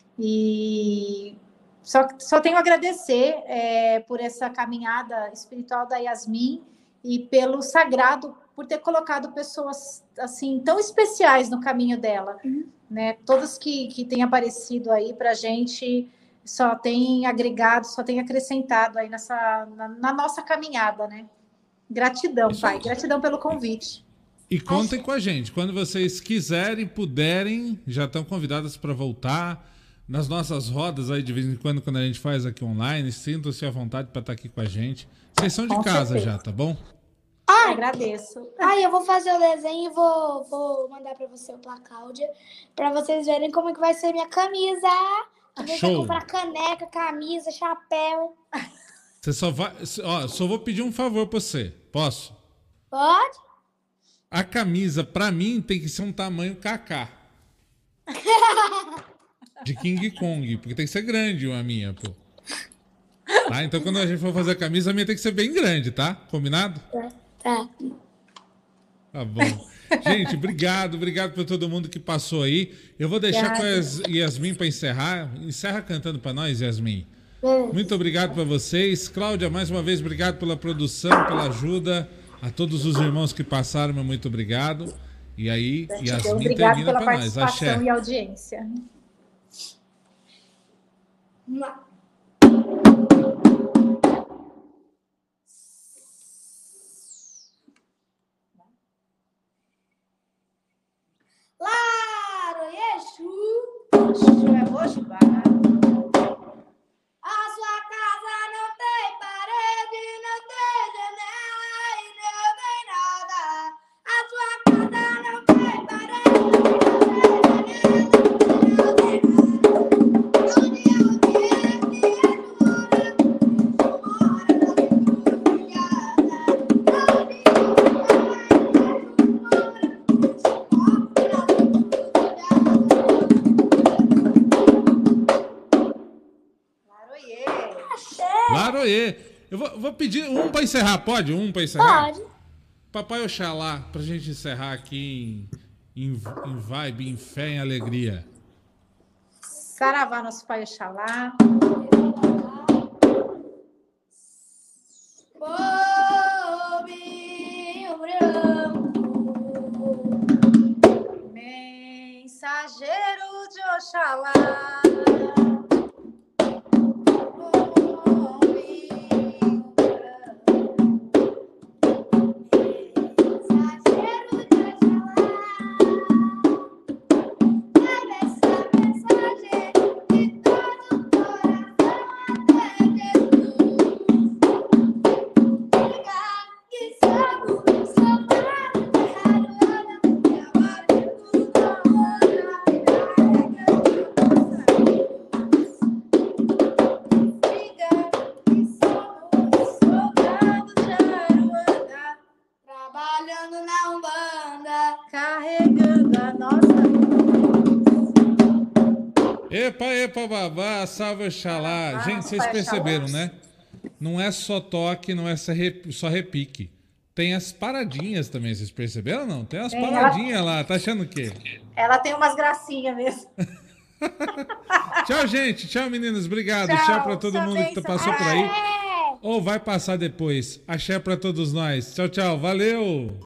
E só tenho a agradecer por essa caminhada espiritual da Yasmin e pelo sagrado, por ter colocado pessoas assim tão especiais no caminho dela. Né? Todas que têm aparecido aí para a gente só tem agregado, só tem acrescentado aí na nossa caminhada, né? Gratidão, Isso pai. aí. Gratidão pelo convite. E contem com a gente. Quando vocês quiserem, puderem, já estão convidadas para voltar nas nossas rodas aí de vez em quando a gente faz aqui online. Sintam-se à vontade para estar aqui com a gente. Vocês são de Com casa certeza. já, tá bom? Agradeço. Ai, eu vou fazer o desenho e vou mandar pra você, pra Cláudia, pra vocês verem como é que vai ser minha camisa. Você vai comprar caneca, camisa, chapéu. Você só vai... Ó, só vou pedir um favor pra você. Posso? Pode? A camisa, pra mim, tem que ser um tamanho KK. De King Kong, porque tem que ser grande a minha, pô. Tá? Então quando a gente for fazer a camisa, a minha tem que ser bem grande, tá? Combinado? Tá. Tá bom. Gente, obrigado por todo mundo que passou aí. Eu vou deixar com a Yasmin para encerrar. Encerra cantando para nós, Yasmin. Muito obrigado para vocês. Cláudia, mais uma vez, obrigado pela produção, pela ajuda. A todos os irmãos que passaram, meu muito obrigado. E aí, Yasmin termina para nós. Axé. E audiência. Exu é Ojubá. A sua casa não tem parede, não tem janela e não tem nada. A sua casa não tem parede, não tem janela, não tem Laroê. Eu vou pedir um para encerrar, pode? Um para encerrar? Pode. Papai Oxalá, pra gente encerrar aqui em vibe, em fé, em alegria. Saravá, nosso Pai Oxalá. Pombinho branco, Mensageiro de Oxalá. trabalhando na Umbanda, Carregando a nossa. Epa, babá, salve Oxalá. Gente, vocês perceberam, né? Não é só toque, não é só repique. Tem as paradinhas também, vocês perceberam ou não? Tem as paradinhas lá, tá achando o quê? Ela tem umas gracinhas mesmo. Tchau, gente. Tchau, meninas. Obrigado. Tchau pra todo mundo que passou por aí. Ou vai passar depois. Axé pra todos nós. Tchau, tchau. Valeu!